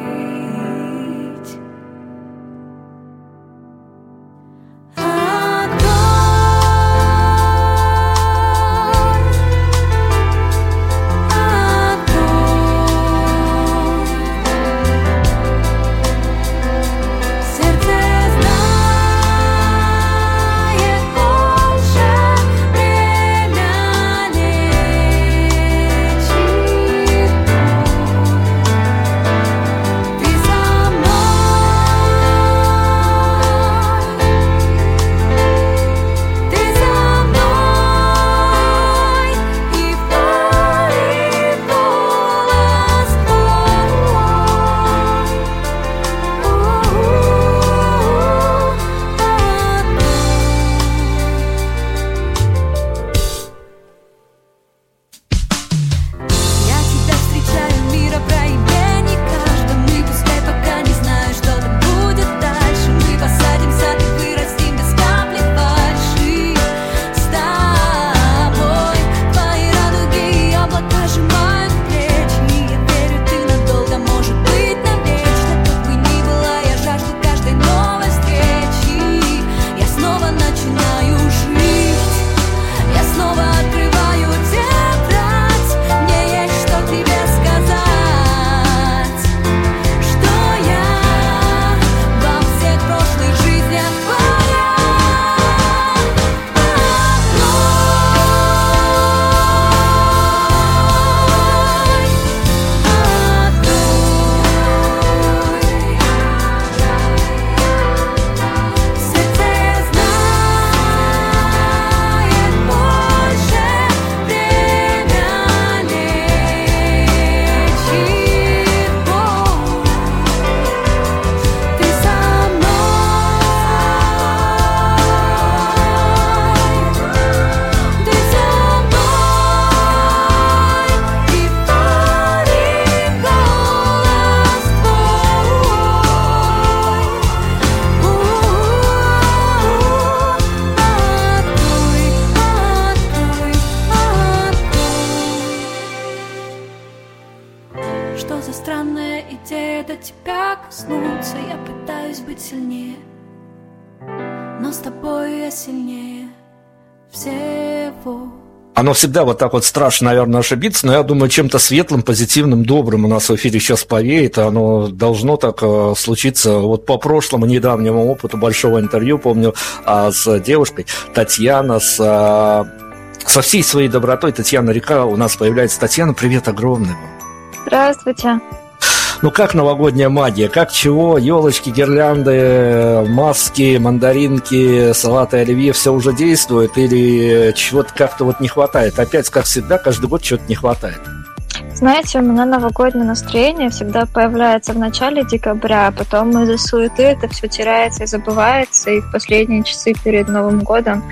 Оно всегда вот так вот страшно, наверное, ошибиться, но я думаю, чем-то светлым, позитивным, добрым у нас в эфире сейчас повеет, оно должно так случиться. Вот по прошлому недавнему опыту большого интервью, помню, с девушкой Татьяна, со всей своей добротой, Татьяна Река, у нас появляется. Татьяна, привет огромный. Здравствуйте. Ну как новогодняя магия, как чего, елочки, гирлянды, маски, мандаринки, салаты оливье, все уже действует или чего-то как-то вот не хватает? Опять, как всегда, каждый год чего-то не хватает. Знаете, у меня новогоднее настроение всегда появляется в начале декабря, а потом из-за суеты это все теряется и забывается, и в последние часы перед Новым годом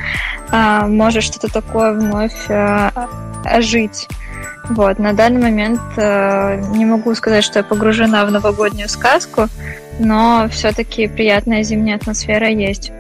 может что-то такое вновь ожить. Вот, на данный момент не могу сказать, что я погружена в новогоднюю сказку, но все-таки приятная зимняя атмосфера есть.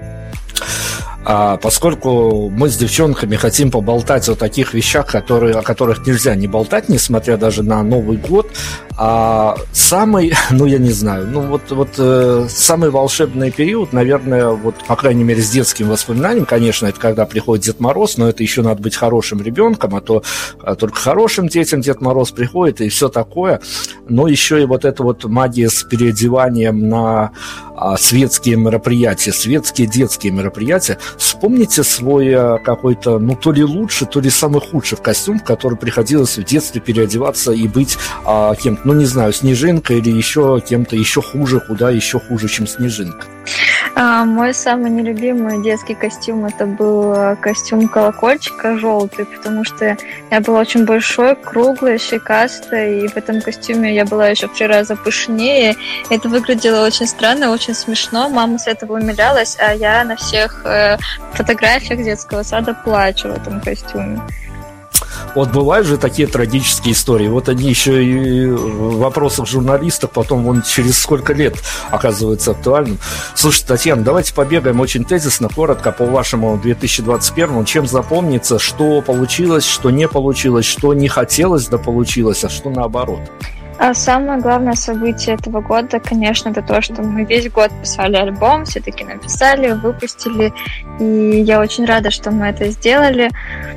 Поскольку мы с девчонками хотим поболтать о таких вещах, о которых нельзя не болтать, несмотря даже на Новый год, самый, я не знаю, самый волшебный период, наверное, вот, по крайней мере, с детским воспоминанием, конечно, это когда приходит Дед Мороз, но это еще надо быть хорошим ребенком, а то только хорошим детям Дед Мороз приходит и все такое, но еще и вот эта вот магия с переодеванием на светские мероприятия, светские детские мероприятия. Вспомните свой какой-то, то ли лучший, то ли самый худший костюм, в который приходилось в детстве переодеваться и быть кем-то, не знаю, Снежинкой или еще кем-то еще хуже, куда еще хуже, чем Снежинка. Мой самый нелюбимый детский костюм это был костюм колокольчика желтый, потому что я была очень большой, круглой, щекастой, и в этом костюме я была еще в 3 раза пышнее. Это выглядело очень странно, очень смешно. Мама с этого умилялась, а я на всех фотографиях детского сада плачу в этом костюме. Вот бывают же такие трагические истории. Вот они еще и в вопросах журналистов потом вон через сколько лет оказываются актуальным. Слушайте, Татьяна, давайте побегаем очень тезисно, коротко по вашему 2021. Чем запомнится, что получилось, что не получилось, что не хотелось, да получилось, а что наоборот? А самое главное событие этого года, конечно, это то, что мы весь год писали альбом, все-таки написали, выпустили, и я очень рада, что мы это сделали.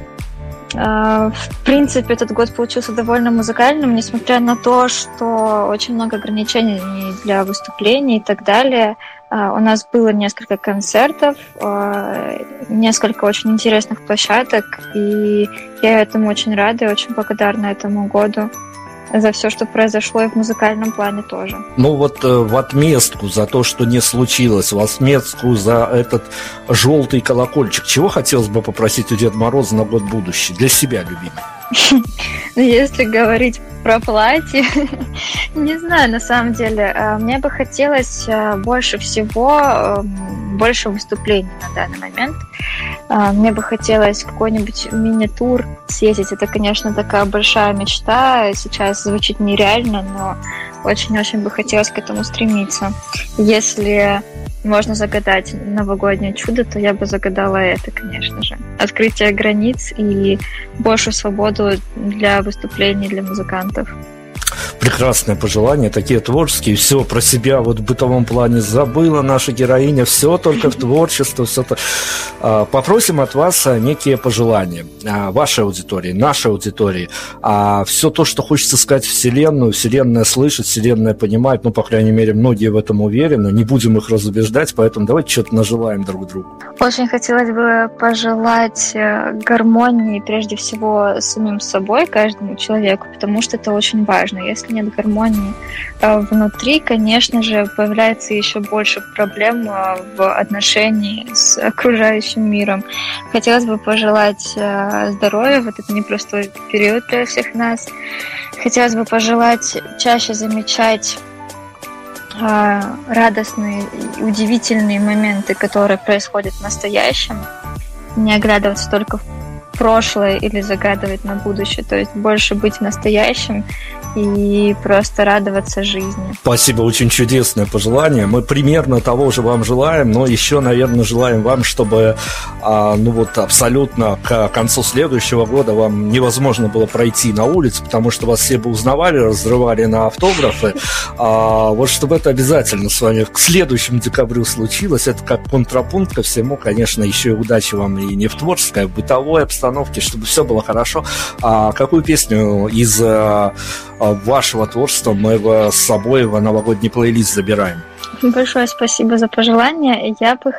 В принципе, этот год получился довольно музыкальным, несмотря на то, что очень много ограничений для выступлений и так далее. У нас было несколько концертов, несколько очень интересных площадок, и я этому очень рада и очень благодарна этому году за все, что произошло, и в музыкальном плане тоже. Ну вот в отместку за то, что не случилось, в отместку за этот желтый колокольчик, чего хотелось бы попросить у Деда Мороза на год будущий? Для себя, любимый. Если говорить про платье, не знаю, на самом деле. Мне бы хотелось больше всего, больше выступлений на данный момент. Мне бы хотелось какой-нибудь мини-тур съездить. Это, конечно, такая большая мечта. Сейчас звучит нереально, но очень-очень бы хотелось к этому стремиться. Если можно загадать новогоднее чудо, то я бы загадала это, конечно же. Открытие границ и большую свободу для выступлений для музыкантов. Прекрасное пожелание, такие творческие. Все про себя вот в бытовом плане забыла наша героиня. Все только в творчество. Все то. Попросим от вас некие пожелания вашей аудитории, нашей аудитории. Все то, что хочется сказать Вселенную, Вселенная слышит, Вселенная понимает. Ну, по крайней мере, многие в этом уверены. Не будем их разубеждать, поэтому давайте что-то нажелаем друг другу. Очень хотелось бы пожелать гармонии, прежде всего, самим собой, каждому человеку, потому что это очень важно. Если нет гармонии внутри, конечно же, появляется еще больше проблем в отношении с окружающим миром. Хотелось бы пожелать здоровья в этот непростой период для всех нас. Хотелось бы пожелать чаще замечать радостные и удивительные моменты, которые происходят в настоящем, не оглядываться только в прошлое или загадывать на будущее, то есть больше быть в настоящем и просто радоваться жизни. Спасибо, очень чудесное пожелание. Мы примерно того же вам желаем, но еще, наверное, желаем вам, чтобы абсолютно к концу следующего года вам невозможно было пройти на улице, потому что вас все бы узнавали, разрывали на автографы. Вот чтобы это обязательно с вами к следующему декабрю случилось. Это как контрапункт ко всему, конечно, еще и удачи вам и не в творческой, а в бытовой обстановке, чтобы все было хорошо. Какую песню из вашего творчества мы с собой в новогодний плейлист забираем? Большое спасибо за пожелание. Я бы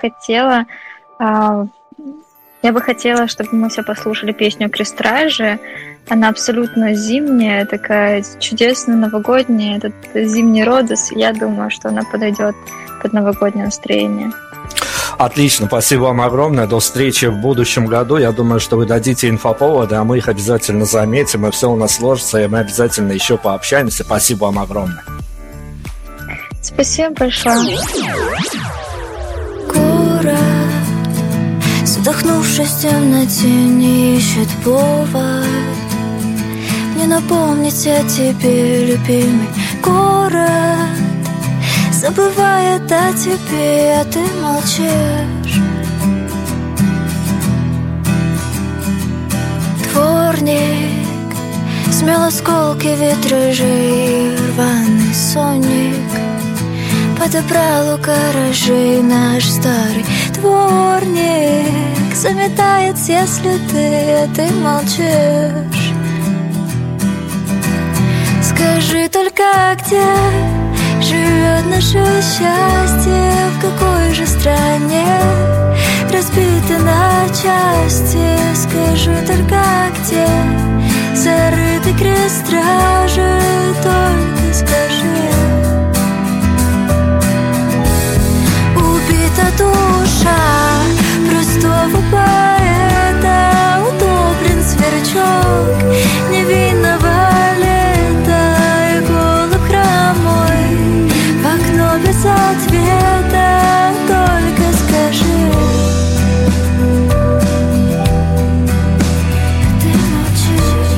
хотела, чтобы мы все послушали песню «Крестражи». Она абсолютно зимняя, такая чудесная, новогодняя. Этот зимний Родос. Я думаю, что она подойдет под новогоднее настроение. Отлично, спасибо вам огромное. До встречи в будущем году. Я думаю, что вы дадите инфоповоды, а мы их обязательно заметим, и все у нас сложится, и мы обязательно еще пообщаемся. Спасибо вам огромное. Спасибо большое. Город, задохнувшись в темноте, не ищет повод мне напомнить о тебе, любимый город. Забывает о тебе, а ты молчишь. Дворник смел осколки витражей, рваный сонник подобрал у гаражей наш старый дворник. Заметает все следы, а ты молчишь. Скажи только, где живет наше счастье, в какой же стране разбито на части. Скажи только, где зарытый крест стражи, только скажи. Убита душа простого поэта, утоплен сверчок невинного лета, и голубь хромой в окно без ответа, только скажи. Ты молчишь.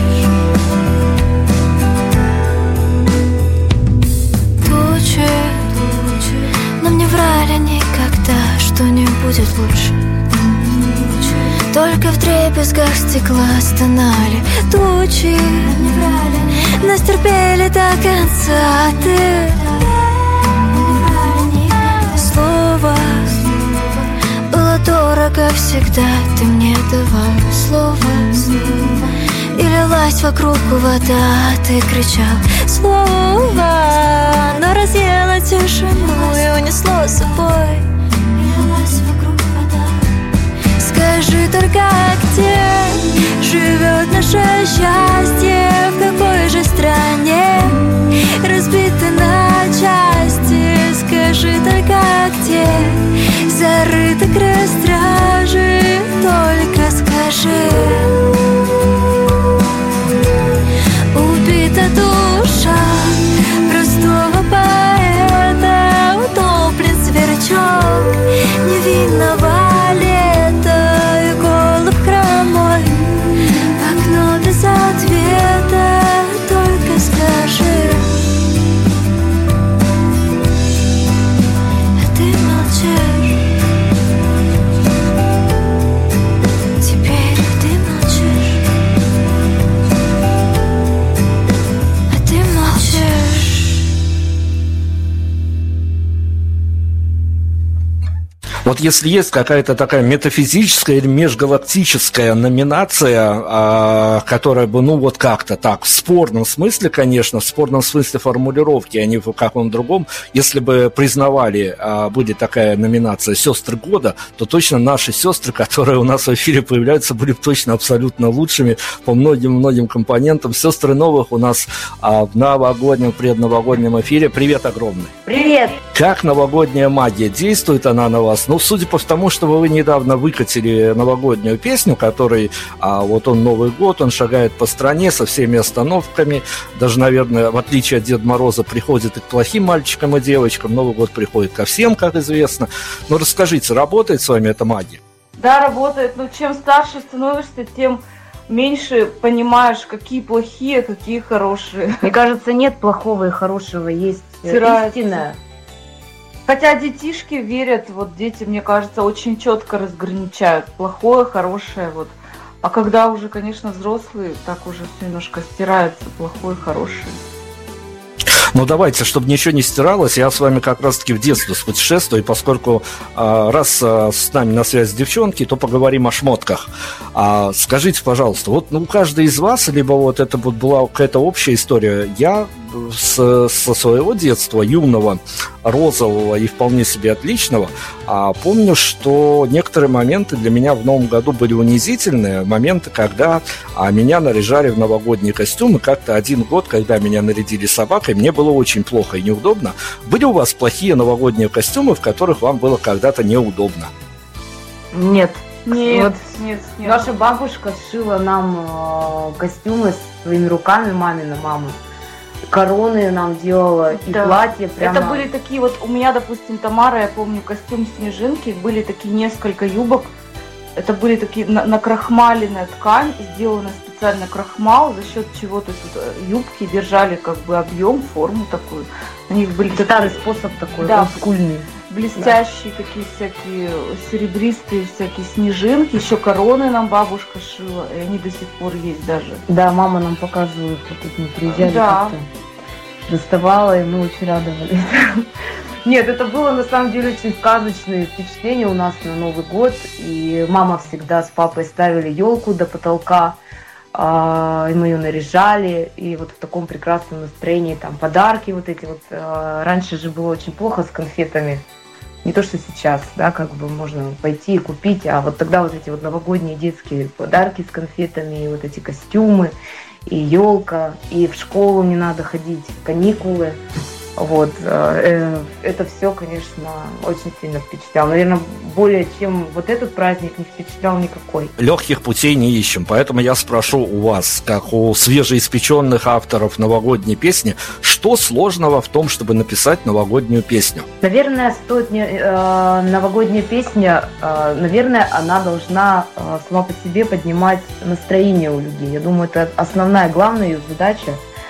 Только в дребезгах стекла стонали тучи, нас терпели до конца. Ты слово было дорого всегда. Ты мне давал слово, и лилась вокруг вода. Ты кричал слово, но разъела тишину и унесло с собой. Скажи только, где живет наше счастье, в какой же стране разбито на части. Скажи только, где зарыта крест стражи, только скажи. Убита душа простого поэта, утоплен сверчок невинного лета, и голубь хромой в окно без ответа, только скажи. А ты молчишь, теперь ты молчишь, а ты молчишь. Вот если есть какая-то такая метафизическая или межгалактическая номинация, которая бы, ну, вот как-то так, в спорном смысле, конечно, в спорном смысле формулировки, а не в каком-то другом, если бы признавали, будет такая номинация «Сестры года», то точно наши сестры, которые у нас в эфире появляются, были бы точно абсолютно лучшими по многим-многим компонентам. Сестры новых у нас в новогоднем, предновогоднем эфире. Привет огромный! Привет! Как новогодняя магия? Действует она на вас? Ну, судя по тому, что вы недавно выкатили новогоднюю песню, который, вот он Новый год, он шагает по стране со всеми остановками, даже, наверное, в отличие от Деда Мороза, приходит и к плохим мальчикам и девочкам, Новый год приходит ко всем, как известно. Но расскажите, работает с вами эта магия? Да, работает, но чем старше становишься, тем меньше понимаешь, какие плохие, какие хорошие. Мне кажется, нет плохого и хорошего, есть истинное. Хотя детишки верят, вот дети, мне кажется, очень четко разграничают плохое, хорошее, вот. А когда уже, конечно, взрослые, так уже все немножко стирается, плохое, хорошее. Ну, давайте, чтобы ничего не стиралось, я с вами как раз-таки в детство спутешествую, и поскольку раз с нами на связи девчонки, то поговорим о шмотках. Скажите, пожалуйста, вот у каждой из вас, либо вот это вот была какая-то общая история, я со своего детства, юного, розового и вполне себе отличного, помню, что некоторые моменты для меня в Новом году были унизительные, моменты, когда меня наряжали в новогодний костюм, и как-то один год, когда меня нарядили собакой, мне было очень плохо и неудобно. Были у вас плохие новогодние костюмы, в которых вам было когда-то неудобно? Нет. Нет, Вот нет. наша бабушка сшила нам костюмы своими руками, мамина мама. Короны нам делала, и Да. платье прямо. Это были такие вот, у меня, допустим, Тамара, я помню, костюм Снежинки, были такие несколько юбок, это были такие накрахмаленная ткань, сделана специально крахмал, за счет чего, то есть вот, юбки держали как бы объем, форму такую, у них были Старый такие способ такой, Да. олдскульный. блестящие такие всякие, серебристые всякие снежинки, еще короны нам бабушка шила, и они до сих пор есть даже. Да, мама нам показывает, вот тут мы приезжали, Да. как-то доставала, и мы очень радовались. Нет, это было на самом деле очень сказочное впечатление у нас на Новый год. И мама всегда с папой ставили елку до потолка, и мы ее наряжали. И вот в таком прекрасном настроении там подарки вот эти вот. Раньше же было очень плохо с конфетами. Не то, что сейчас, да, как бы можно пойти и купить, а вот тогда вот эти вот новогодние детские подарки с конфетами, и вот эти костюмы, и елка, и в школу не надо ходить, каникулы. Вот, это все, конечно, очень сильно впечатляло. Наверное, более чем вот этот праздник не впечатлял никакой. Легких путей не ищем, поэтому я спрошу у вас, как у свежеиспеченных авторов новогодней песни, что сложного в том, чтобы написать новогоднюю песню? Наверное, стоит новогодняя песня, наверное, она должна сама по себе поднимать настроение у людей. Я думаю, это основная, главная ее задача.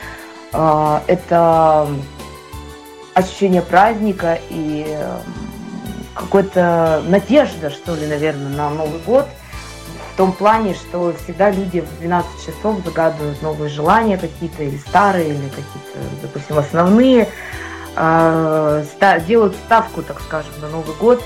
Это ощущение праздника и какая-то надежда, что ли, наверное, на Новый год. в том плане, что всегда люди в 12 часов загадывают новые желания какие-то, или старые, или какие-то, допустим, основные, делают ставку, так скажем, на Новый год.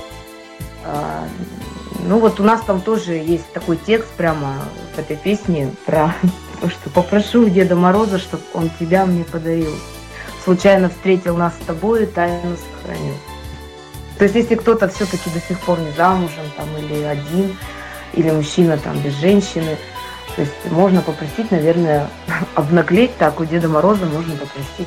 Ну вот у нас там тоже есть такой текст прямо в этой песне про то, что попрошу у Деда Мороза, чтобы он тебя мне подарил. Случайно встретил нас с тобой и тайну сохранил. То есть если кто-то все-таки до сих пор не замужем, там, или один, или мужчина там без женщины, то есть можно попросить, наверное, обнаглеть так, у Деда Мороза можно попросить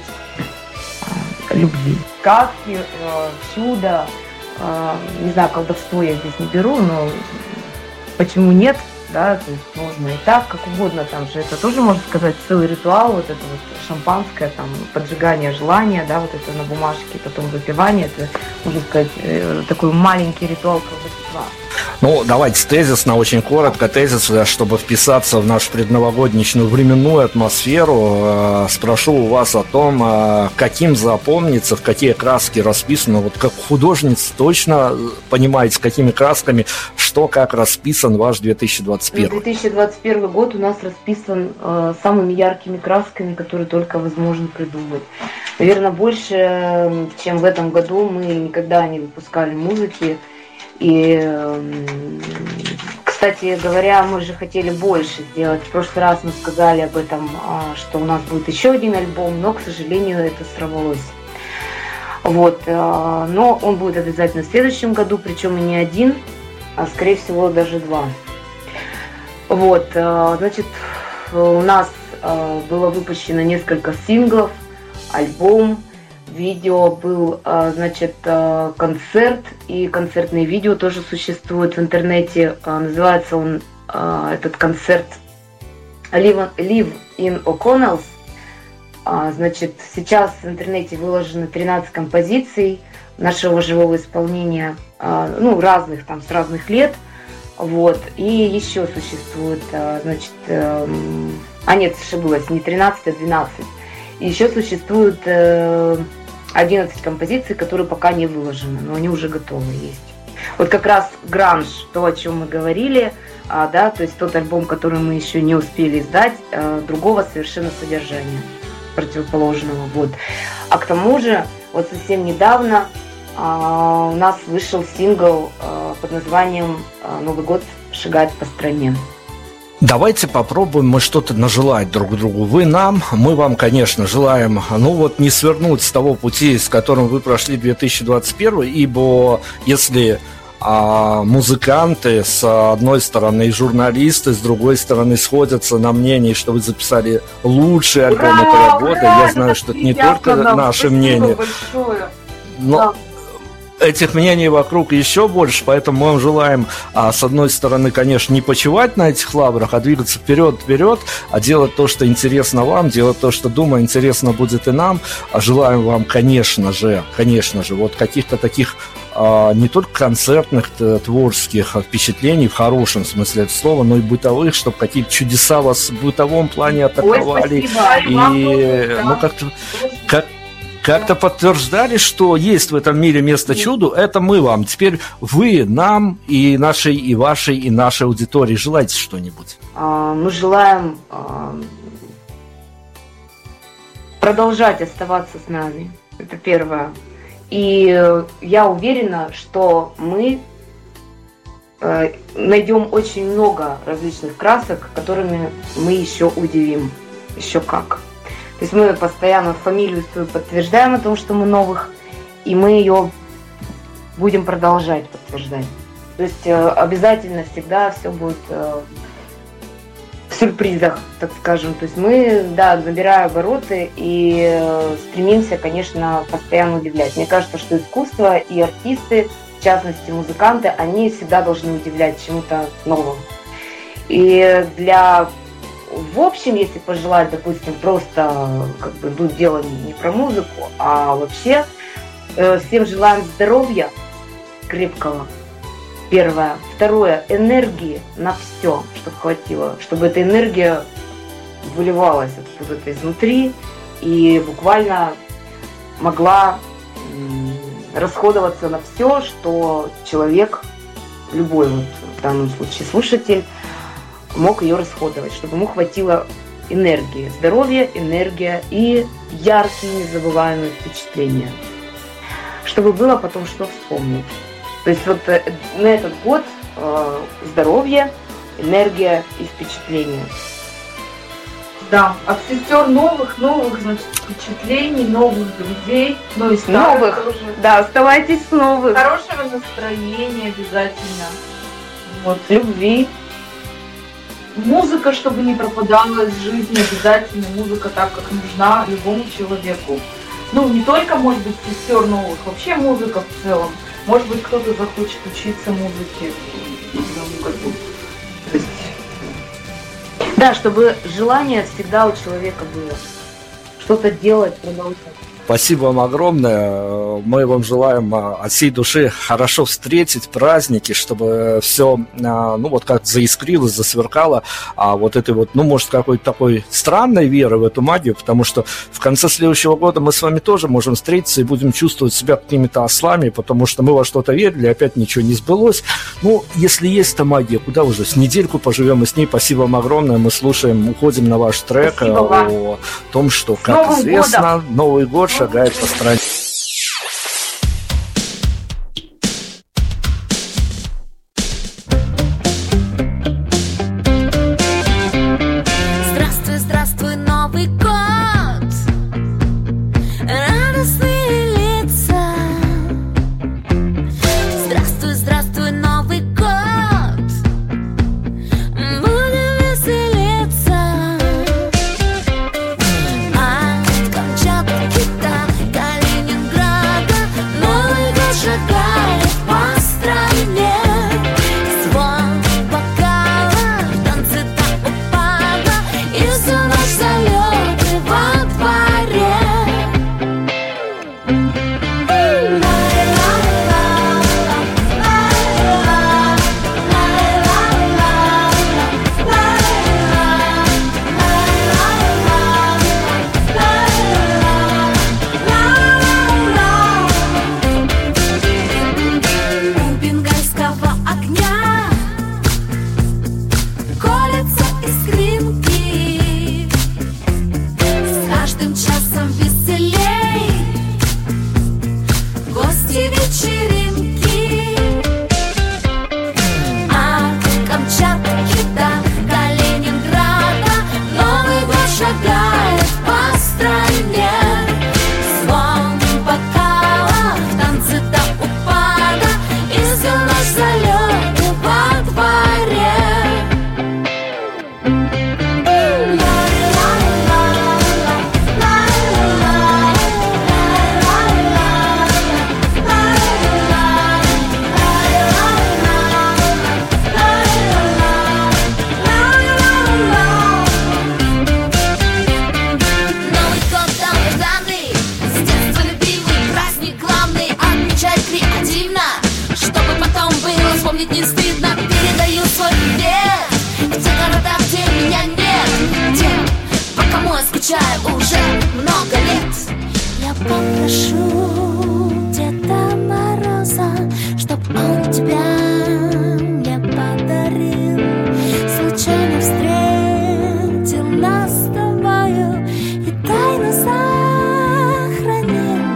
любви. Сказки, чудо, не знаю, колдовство я здесь не беру, но почему нет, да, то есть можно и так, как угодно, там же это тоже, можно сказать, целый ритуал, вот это вот шампанское, там, поджигание желания, да, вот это на бумажке, потом выпивание, это, можно сказать, такой маленький ритуал колдовства. Ну, давайте тезисно, очень коротко, тезисно, чтобы вписаться в нашу предновогоднюю временную атмосферу. Спрошу у вас о том, каким запомнится, в какие краски расписано. Вот как художница точно понимаете, с какими красками, что, как расписан ваш 2021? 2021 год у нас расписан самыми яркими красками, которые только возможно придумать. Наверное, больше, чем в этом году, мы никогда не выпускали музыки. И, кстати говоря, мы же хотели больше сделать. В прошлый раз мы сказали об этом, что у нас будет еще один альбом, но, к сожалению, это сорвалось. Вот. Но он будет обязательно в следующем году, причем и не один, а, скорее всего, даже два. Вот. Значит, у нас было выпущено несколько синглов, альбом, видео, был, значит, концерт, и концертные видео тоже существуют в интернете. Называется он, этот концерт, Live in O'Connell's. Значит, сейчас в интернете выложено 13 композиций нашего живого исполнения, ну, разных, там, с разных лет. Вот. И еще существует, значит, нет, ошибалась, не 13, а 12. И еще существует 11 композиций, которые пока не выложены, но они уже готовы есть. Вот как раз гранж, то, о чем мы говорили, да, то есть тот альбом, который мы еще не успели издать, другого совершенно содержания, противоположного. Вот. А к тому же, вот совсем недавно у нас вышел сингл под названием «Новый год шагает по стране». Давайте попробуем мы что-то нажелать друг другу. Вы нам, мы вам, конечно, желаем, ну вот, не свернуть с того пути, с которым вы прошли 2021, ибо если музыканты с одной стороны и журналисты с другой стороны сходятся на мнении, что вы записали лучший альбом этого года, я знаю, что это не только наше мнение, но этих мнений вокруг еще больше, поэтому мы вам желаем, с одной стороны, конечно, не почивать на этих лаврах, а двигаться вперед, а делать то, что интересно вам, делать то, что, думаю, интересно будет и нам. Желаем вам, конечно же, вот каких-то таких не только концертных, творческих впечатлений в хорошем смысле этого слова, но и бытовых, чтобы какие-то чудеса вас в бытовом плане атаковали. И, ну, как-то подтверждали, что есть в этом мире место чуду. Это мы вам. Теперь вы нам и нашей, и вашей, и нашей аудитории желаете что-нибудь? Мы желаем продолжать оставаться с нами. Это первое. И я уверена, что мы найдем очень много различных красок, которыми мы еще удивим. Еще как. То есть мы постоянно фамилию свою подтверждаем о том, что мы новых, и мы ее будем продолжать подтверждать. То есть обязательно всегда все будет в сюрпризах, так скажем. То есть мы, да, набираем обороты и стремимся, конечно, постоянно удивлять. Мне кажется, что искусство и артисты, в частности музыканты, они всегда должны удивлять чему-то новому. И в общем, если пожелать, допустим, просто как бы тут дело не про музыку, а вообще всем желаем здоровья крепкого. Первое. Второе. Энергии на все, чтобы хватило, чтобы эта энергия выливалась откуда-то изнутри и буквально могла расходоваться на все, что человек, любой вот данном случае слушатель, мог ее расходовать, чтобы ему хватило энергии, здоровья, энергия и яркие, незабываемые впечатления, чтобы было потом что вспомнить. То есть вот на этот год здоровье, энергия и впечатления. Да, от сестер новых, значит, впечатлений, новых друзей, ну и старых новых, тоже. Да, оставайтесь с новых. Хорошего настроения обязательно. Вот, любви. Музыка, чтобы не пропадала из жизни, обязательно музыка так, как нужна любому человеку. Ну, не только, может быть, сестер новых, вообще музыка в целом. Может быть, кто-то захочет учиться музыке в новом году. То есть... Да, чтобы желание всегда у человека было. Что-то делать, продолжать. Спасибо вам огромное. Мы вам желаем от всей души хорошо встретить праздники, чтобы все, ну, вот как заискрилось, засверкало, а вот этой вот, ну, может, какой-то такой странной веры в эту магию, потому что в конце следующего года мы с вами тоже можем встретиться и будем чувствовать себя какими-то ослами, потому что мы во что-то верили, опять ничего не сбылось. Ну, если есть эта магия, куда уже? С недельку поживем и с ней. Спасибо вам огромное. Мы слушаем, уходим на ваш трек о том, что, как известно, Новый год шагает по стране. Здравствуй, здравствуй, Новый год, радостные лица. Здравствуй, здравствуй, Новый год, будем веселиться. От Камчатки до Калининграда Новый год шагает по стране. Звон бокалов, танцы до упада, и всю ночь залеты во дворе. У бенгальского огня колятся искринки, с каждым часом веселей гости вечеринки. От Камчатки до Калининграда Новый год шагает по стране. Звон бокалов, танцы до упада, и всю ночь залеты во дворе. Новый год долгожданный, с детства любимый праздник главный, отмечать креативно, чтобы потом было вспомнить не стыдно. Передаю свой привет в те города, где меня нет, тем, по кому я скучаю уже много лет. Я попрошу Деда Мороза, чтоб он тебя мне подарил. Случайно встретил нас с тобою и тайну сохранил.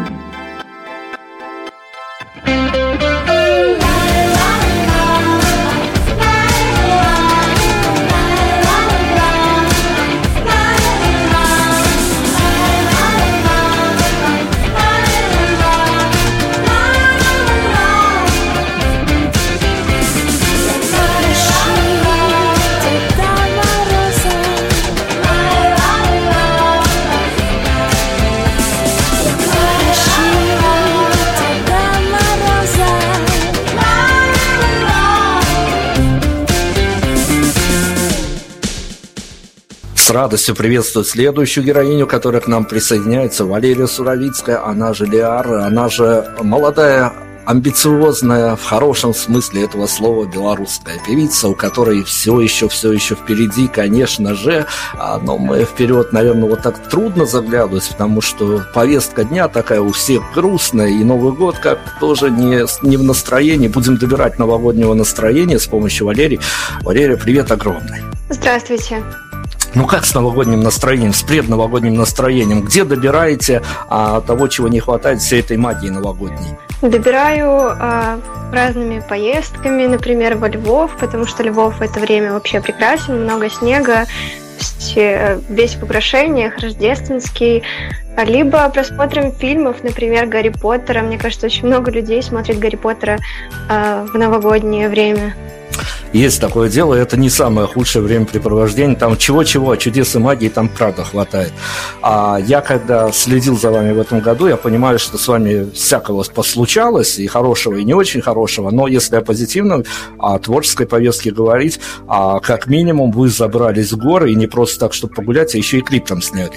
С радостью приветствую следующую героиню, которая к нам присоединяется, Валерия Суровицкая, она же Лиар, она же молодая амбициозная, в хорошем смысле этого слова, белорусская певица, у которой все еще впереди, конечно же, но мы вперед, наверное, вот так трудно заглядывать, потому что повестка дня такая у всех грустная, и Новый год как тоже не в настроении. Будем добирать новогоднего настроения с помощью Валерии. Валерия, привет огромный. Здравствуйте. Ну как с новогодним настроением, с предновогодним настроением? Где добираете того, чего не хватает всей этой магии новогодней? Добираю разными поездками, например, во Львов, потому что Львов в это время вообще прекрасен, много снега, весь в украшениях, рождественский. Либо просмотром фильмов, например, Гарри Поттера. Мне кажется, очень много людей смотрит Гарри Поттера в новогоднее время. Есть такое дело, это не самое худшее времяпрепровождение. Там чего-чего, чудес и магии там правда хватает. А я, когда следил за вами в этом году, я понимаю, что с вами всякого послучалось, и хорошего, и не очень хорошего. Но если о позитивном, о творческой повестке говорить, как минимум вы забрались в горы, и не просто так, чтобы погулять, а еще и клип там сняли.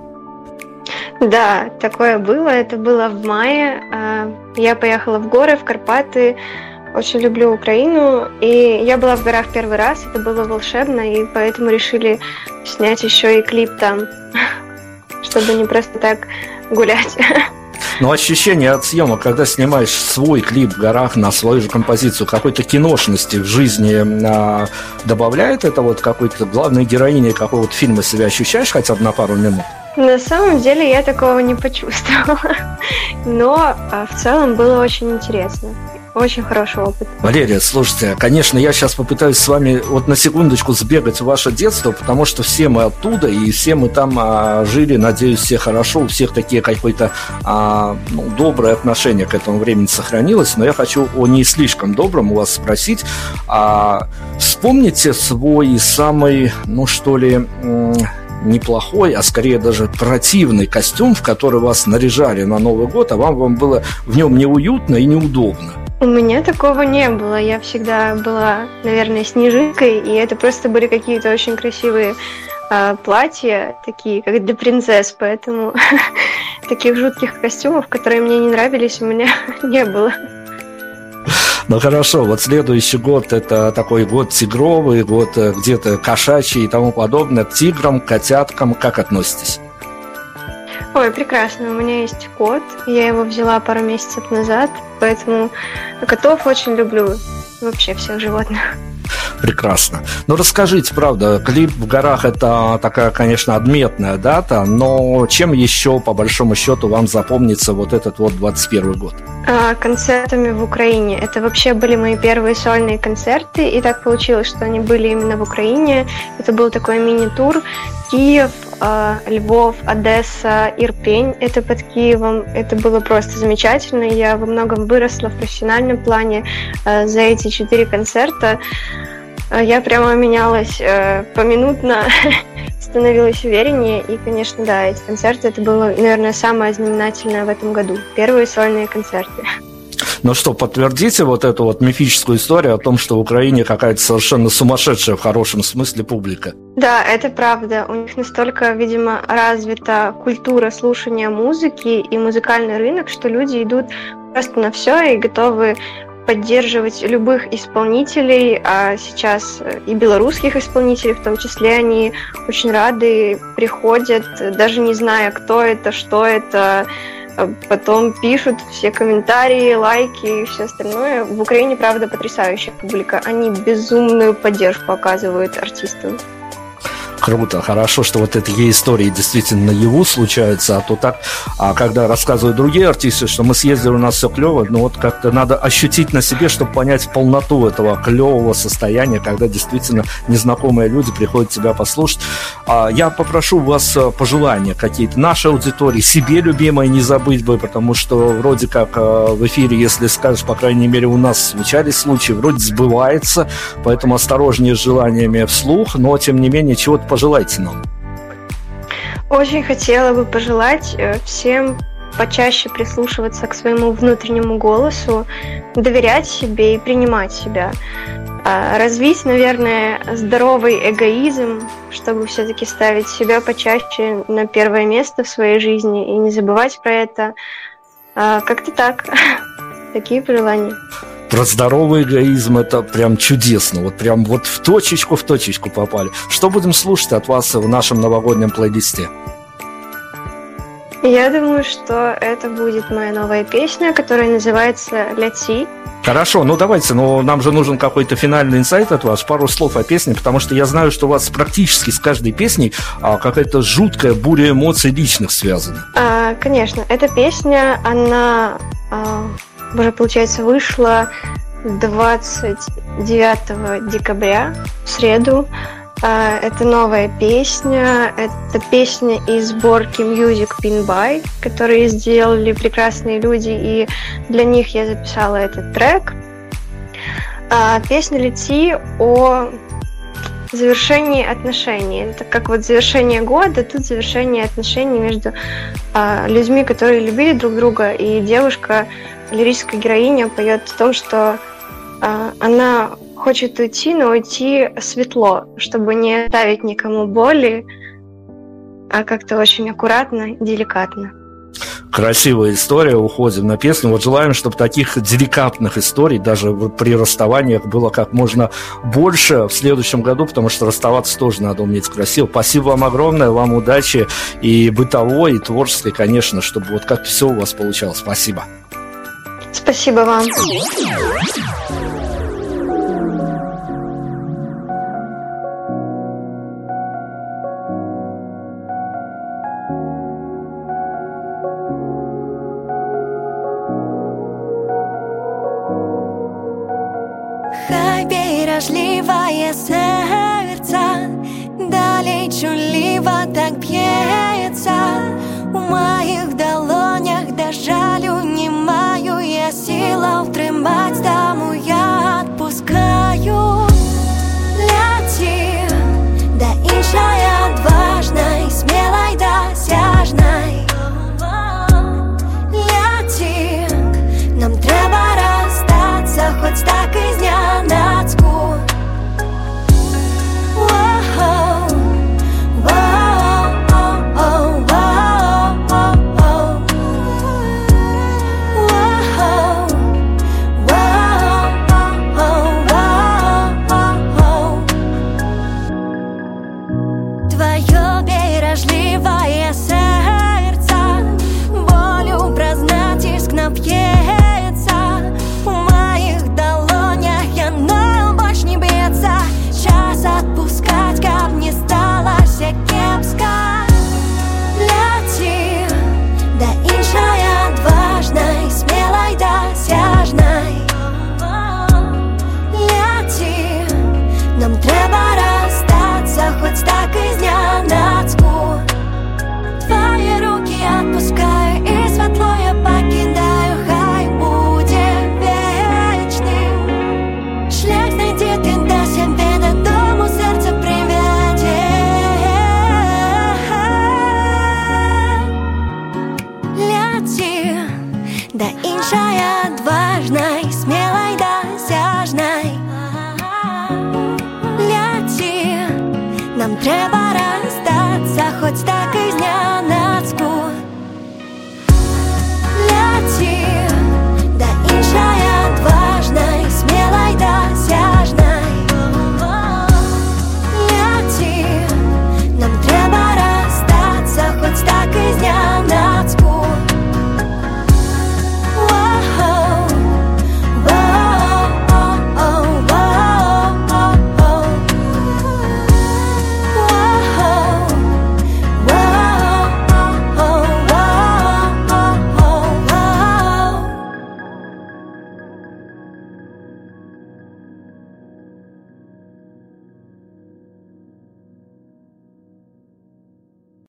Да, такое было. Это было в мае. Я поехала в горы, в Карпаты. Очень люблю Украину, и я была в горах первый раз, это было волшебно, и поэтому решили снять еще и клип там, чтобы не просто так гулять. Но ощущение от съемок, когда снимаешь свой клип в горах на свою же композицию, какой-то киношности в жизни добавляет это вот какой-то главной героиней какого-то фильма себя ощущаешь хотя бы на пару минут? На самом деле я такого не почувствовала, но в целом было очень интересно. Очень хороший опыт. Валерия, слушайте, конечно, я сейчас попытаюсь с вами вот на секундочку сбегать в ваше детство, потому что все мы оттуда, и все мы там жили, надеюсь, все хорошо, у всех такие какое-то доброе отношение к этому времени сохранилось, но я хочу о не слишком добром у вас спросить. Вспомните свой самый, неплохой, а скорее даже противный костюм, в который вас наряжали на Новый год, а вам было в нем неуютно и неудобно. У меня такого не было. Я всегда была, наверное, снежинкой, и это просто были какие-то очень красивые платья, такие, как для принцесс, поэтому таких жутких костюмов, которые мне не нравились, у меня не было. Ну хорошо, вот следующий год это такой год тигровый, год где-то кошачий и тому подобное. К тиграм, к котяткам как относитесь? Ой, прекрасно. У меня есть кот. Я его взяла пару месяцев назад, поэтому котов очень люблю. Вообще всех животных. Прекрасно. Ну, расскажите, правда, клип в горах – это такая, конечно, отметная дата, но чем еще, по большому счету, вам запомнится вот этот вот 21 год? Концертами в Украине. Это вообще были мои первые сольные концерты, и так получилось, что они были именно в Украине. Это был такой мини-тур. Киев, Львов, Одесса, Ирпень. Это под Киевом. Это было просто замечательно. Я во многом выросла в профессиональном плане за эти 4 концерта. Я прямо менялась поминутно, становилась увереннее. И, конечно, да, эти концерты, это было, наверное, самое знаменательное в этом году. Первые сольные концерты. Ну что, подтвердите вот эту вот мифическую историю о том, что в Украине какая-то совершенно сумасшедшая в хорошем смысле публика? Да, это правда. У них настолько, видимо, развита культура слушания музыки и музыкальный рынок, что люди идут просто на все и готовы поддерживать любых исполнителей, а сейчас и белорусских исполнителей в том числе, они очень рады, приходят, даже не зная, кто это, что это, потом пишут все комментарии, лайки и все остальное. В Украине, правда, потрясающая публика, они безумную поддержку оказывают артистам. Круто, хорошо, что вот такие истории действительно наяву случаются, а то так, когда рассказывают другие артисты, что мы съездили, у нас все клево, но вот как-то надо ощутить на себе, чтобы понять полноту этого клевого состояния, когда действительно незнакомые люди приходят тебя послушать. Я попрошу у вас пожелания какие-то нашей аудитории, себе любимой не забыть бы, потому что вроде как в эфире, если скажешь, по крайней мере, у нас случались случаи, вроде сбывается, поэтому осторожнее с желаниями вслух, но тем не менее чего-то пожелайте нам. Очень хотела бы пожелать всем почаще прислушиваться к своему внутреннему голосу, доверять себе и принимать себя. Развить, наверное, здоровый эгоизм, чтобы все-таки ставить себя почаще на первое место в своей жизни и не забывать про это. Как-то так. Такие пожелания. Про здоровый эгоизм это прям чудесно. Вот прям вот в точечку попали. Что будем слушать от вас в нашем новогоднем плейлисте? Я думаю, что это будет моя новая песня, которая называется «Ляти». Хорошо, ну давайте, но нам же нужен какой-то финальный инсайт от вас, пару слов о песне, потому что я знаю, что у вас практически с каждой песней какая-то жуткая буря эмоций личных связана. Конечно, эта песня, она уже, получается, вышла 29 декабря, в среду. Это новая песня, это песня из сборки Music Pin By, которые сделали прекрасные люди, и для них я записала этот трек. Песня «Лети» о завершении отношений. Это как вот завершение года, тут завершение отношений между людьми, которые любили друг друга, и девушка, лирическая героиня, поет о том, что она хочет уйти, но уйти светло, чтобы не оставить никому боли, а как-то очень аккуратно, деликатно. Красивая история, уходим на песню. Вот желаем, чтобы таких деликатных историй даже при расставаниях было как можно больше в следующем году, потому что расставаться тоже надо уметь красиво. Спасибо вам огромное, вам удачи и бытовой, и творческой, конечно, чтобы вот как-то все у вас получалось. Спасибо. Спасибо вам. Хай бережливое сердце, далей чулива так бьется. У моих долонях до жалю не маю я сила втримать, тому я отпускаю. Ляти, да іншая отважной, смелой, досяжной. Ляти, нам треба расстаться, хоть так и знянацку. Твое бережливое сердце болью праздна тиск напьется. У моих долонях я ною больше не бьется. Час отпускать, как не стало все кепска. Ляти, да іншая отважной, смелой, досяжной. Ляти, нам треба расстаться, хоть так и знянацку. Твои руки отпускаю, и светло я покидаю. Хай будет вечным. Шлях знайди ти до себе, додому серце приведе. Ляти, да іншая отважной, смелой, досяжной. Ляти, нам треба расстаться, хоть так и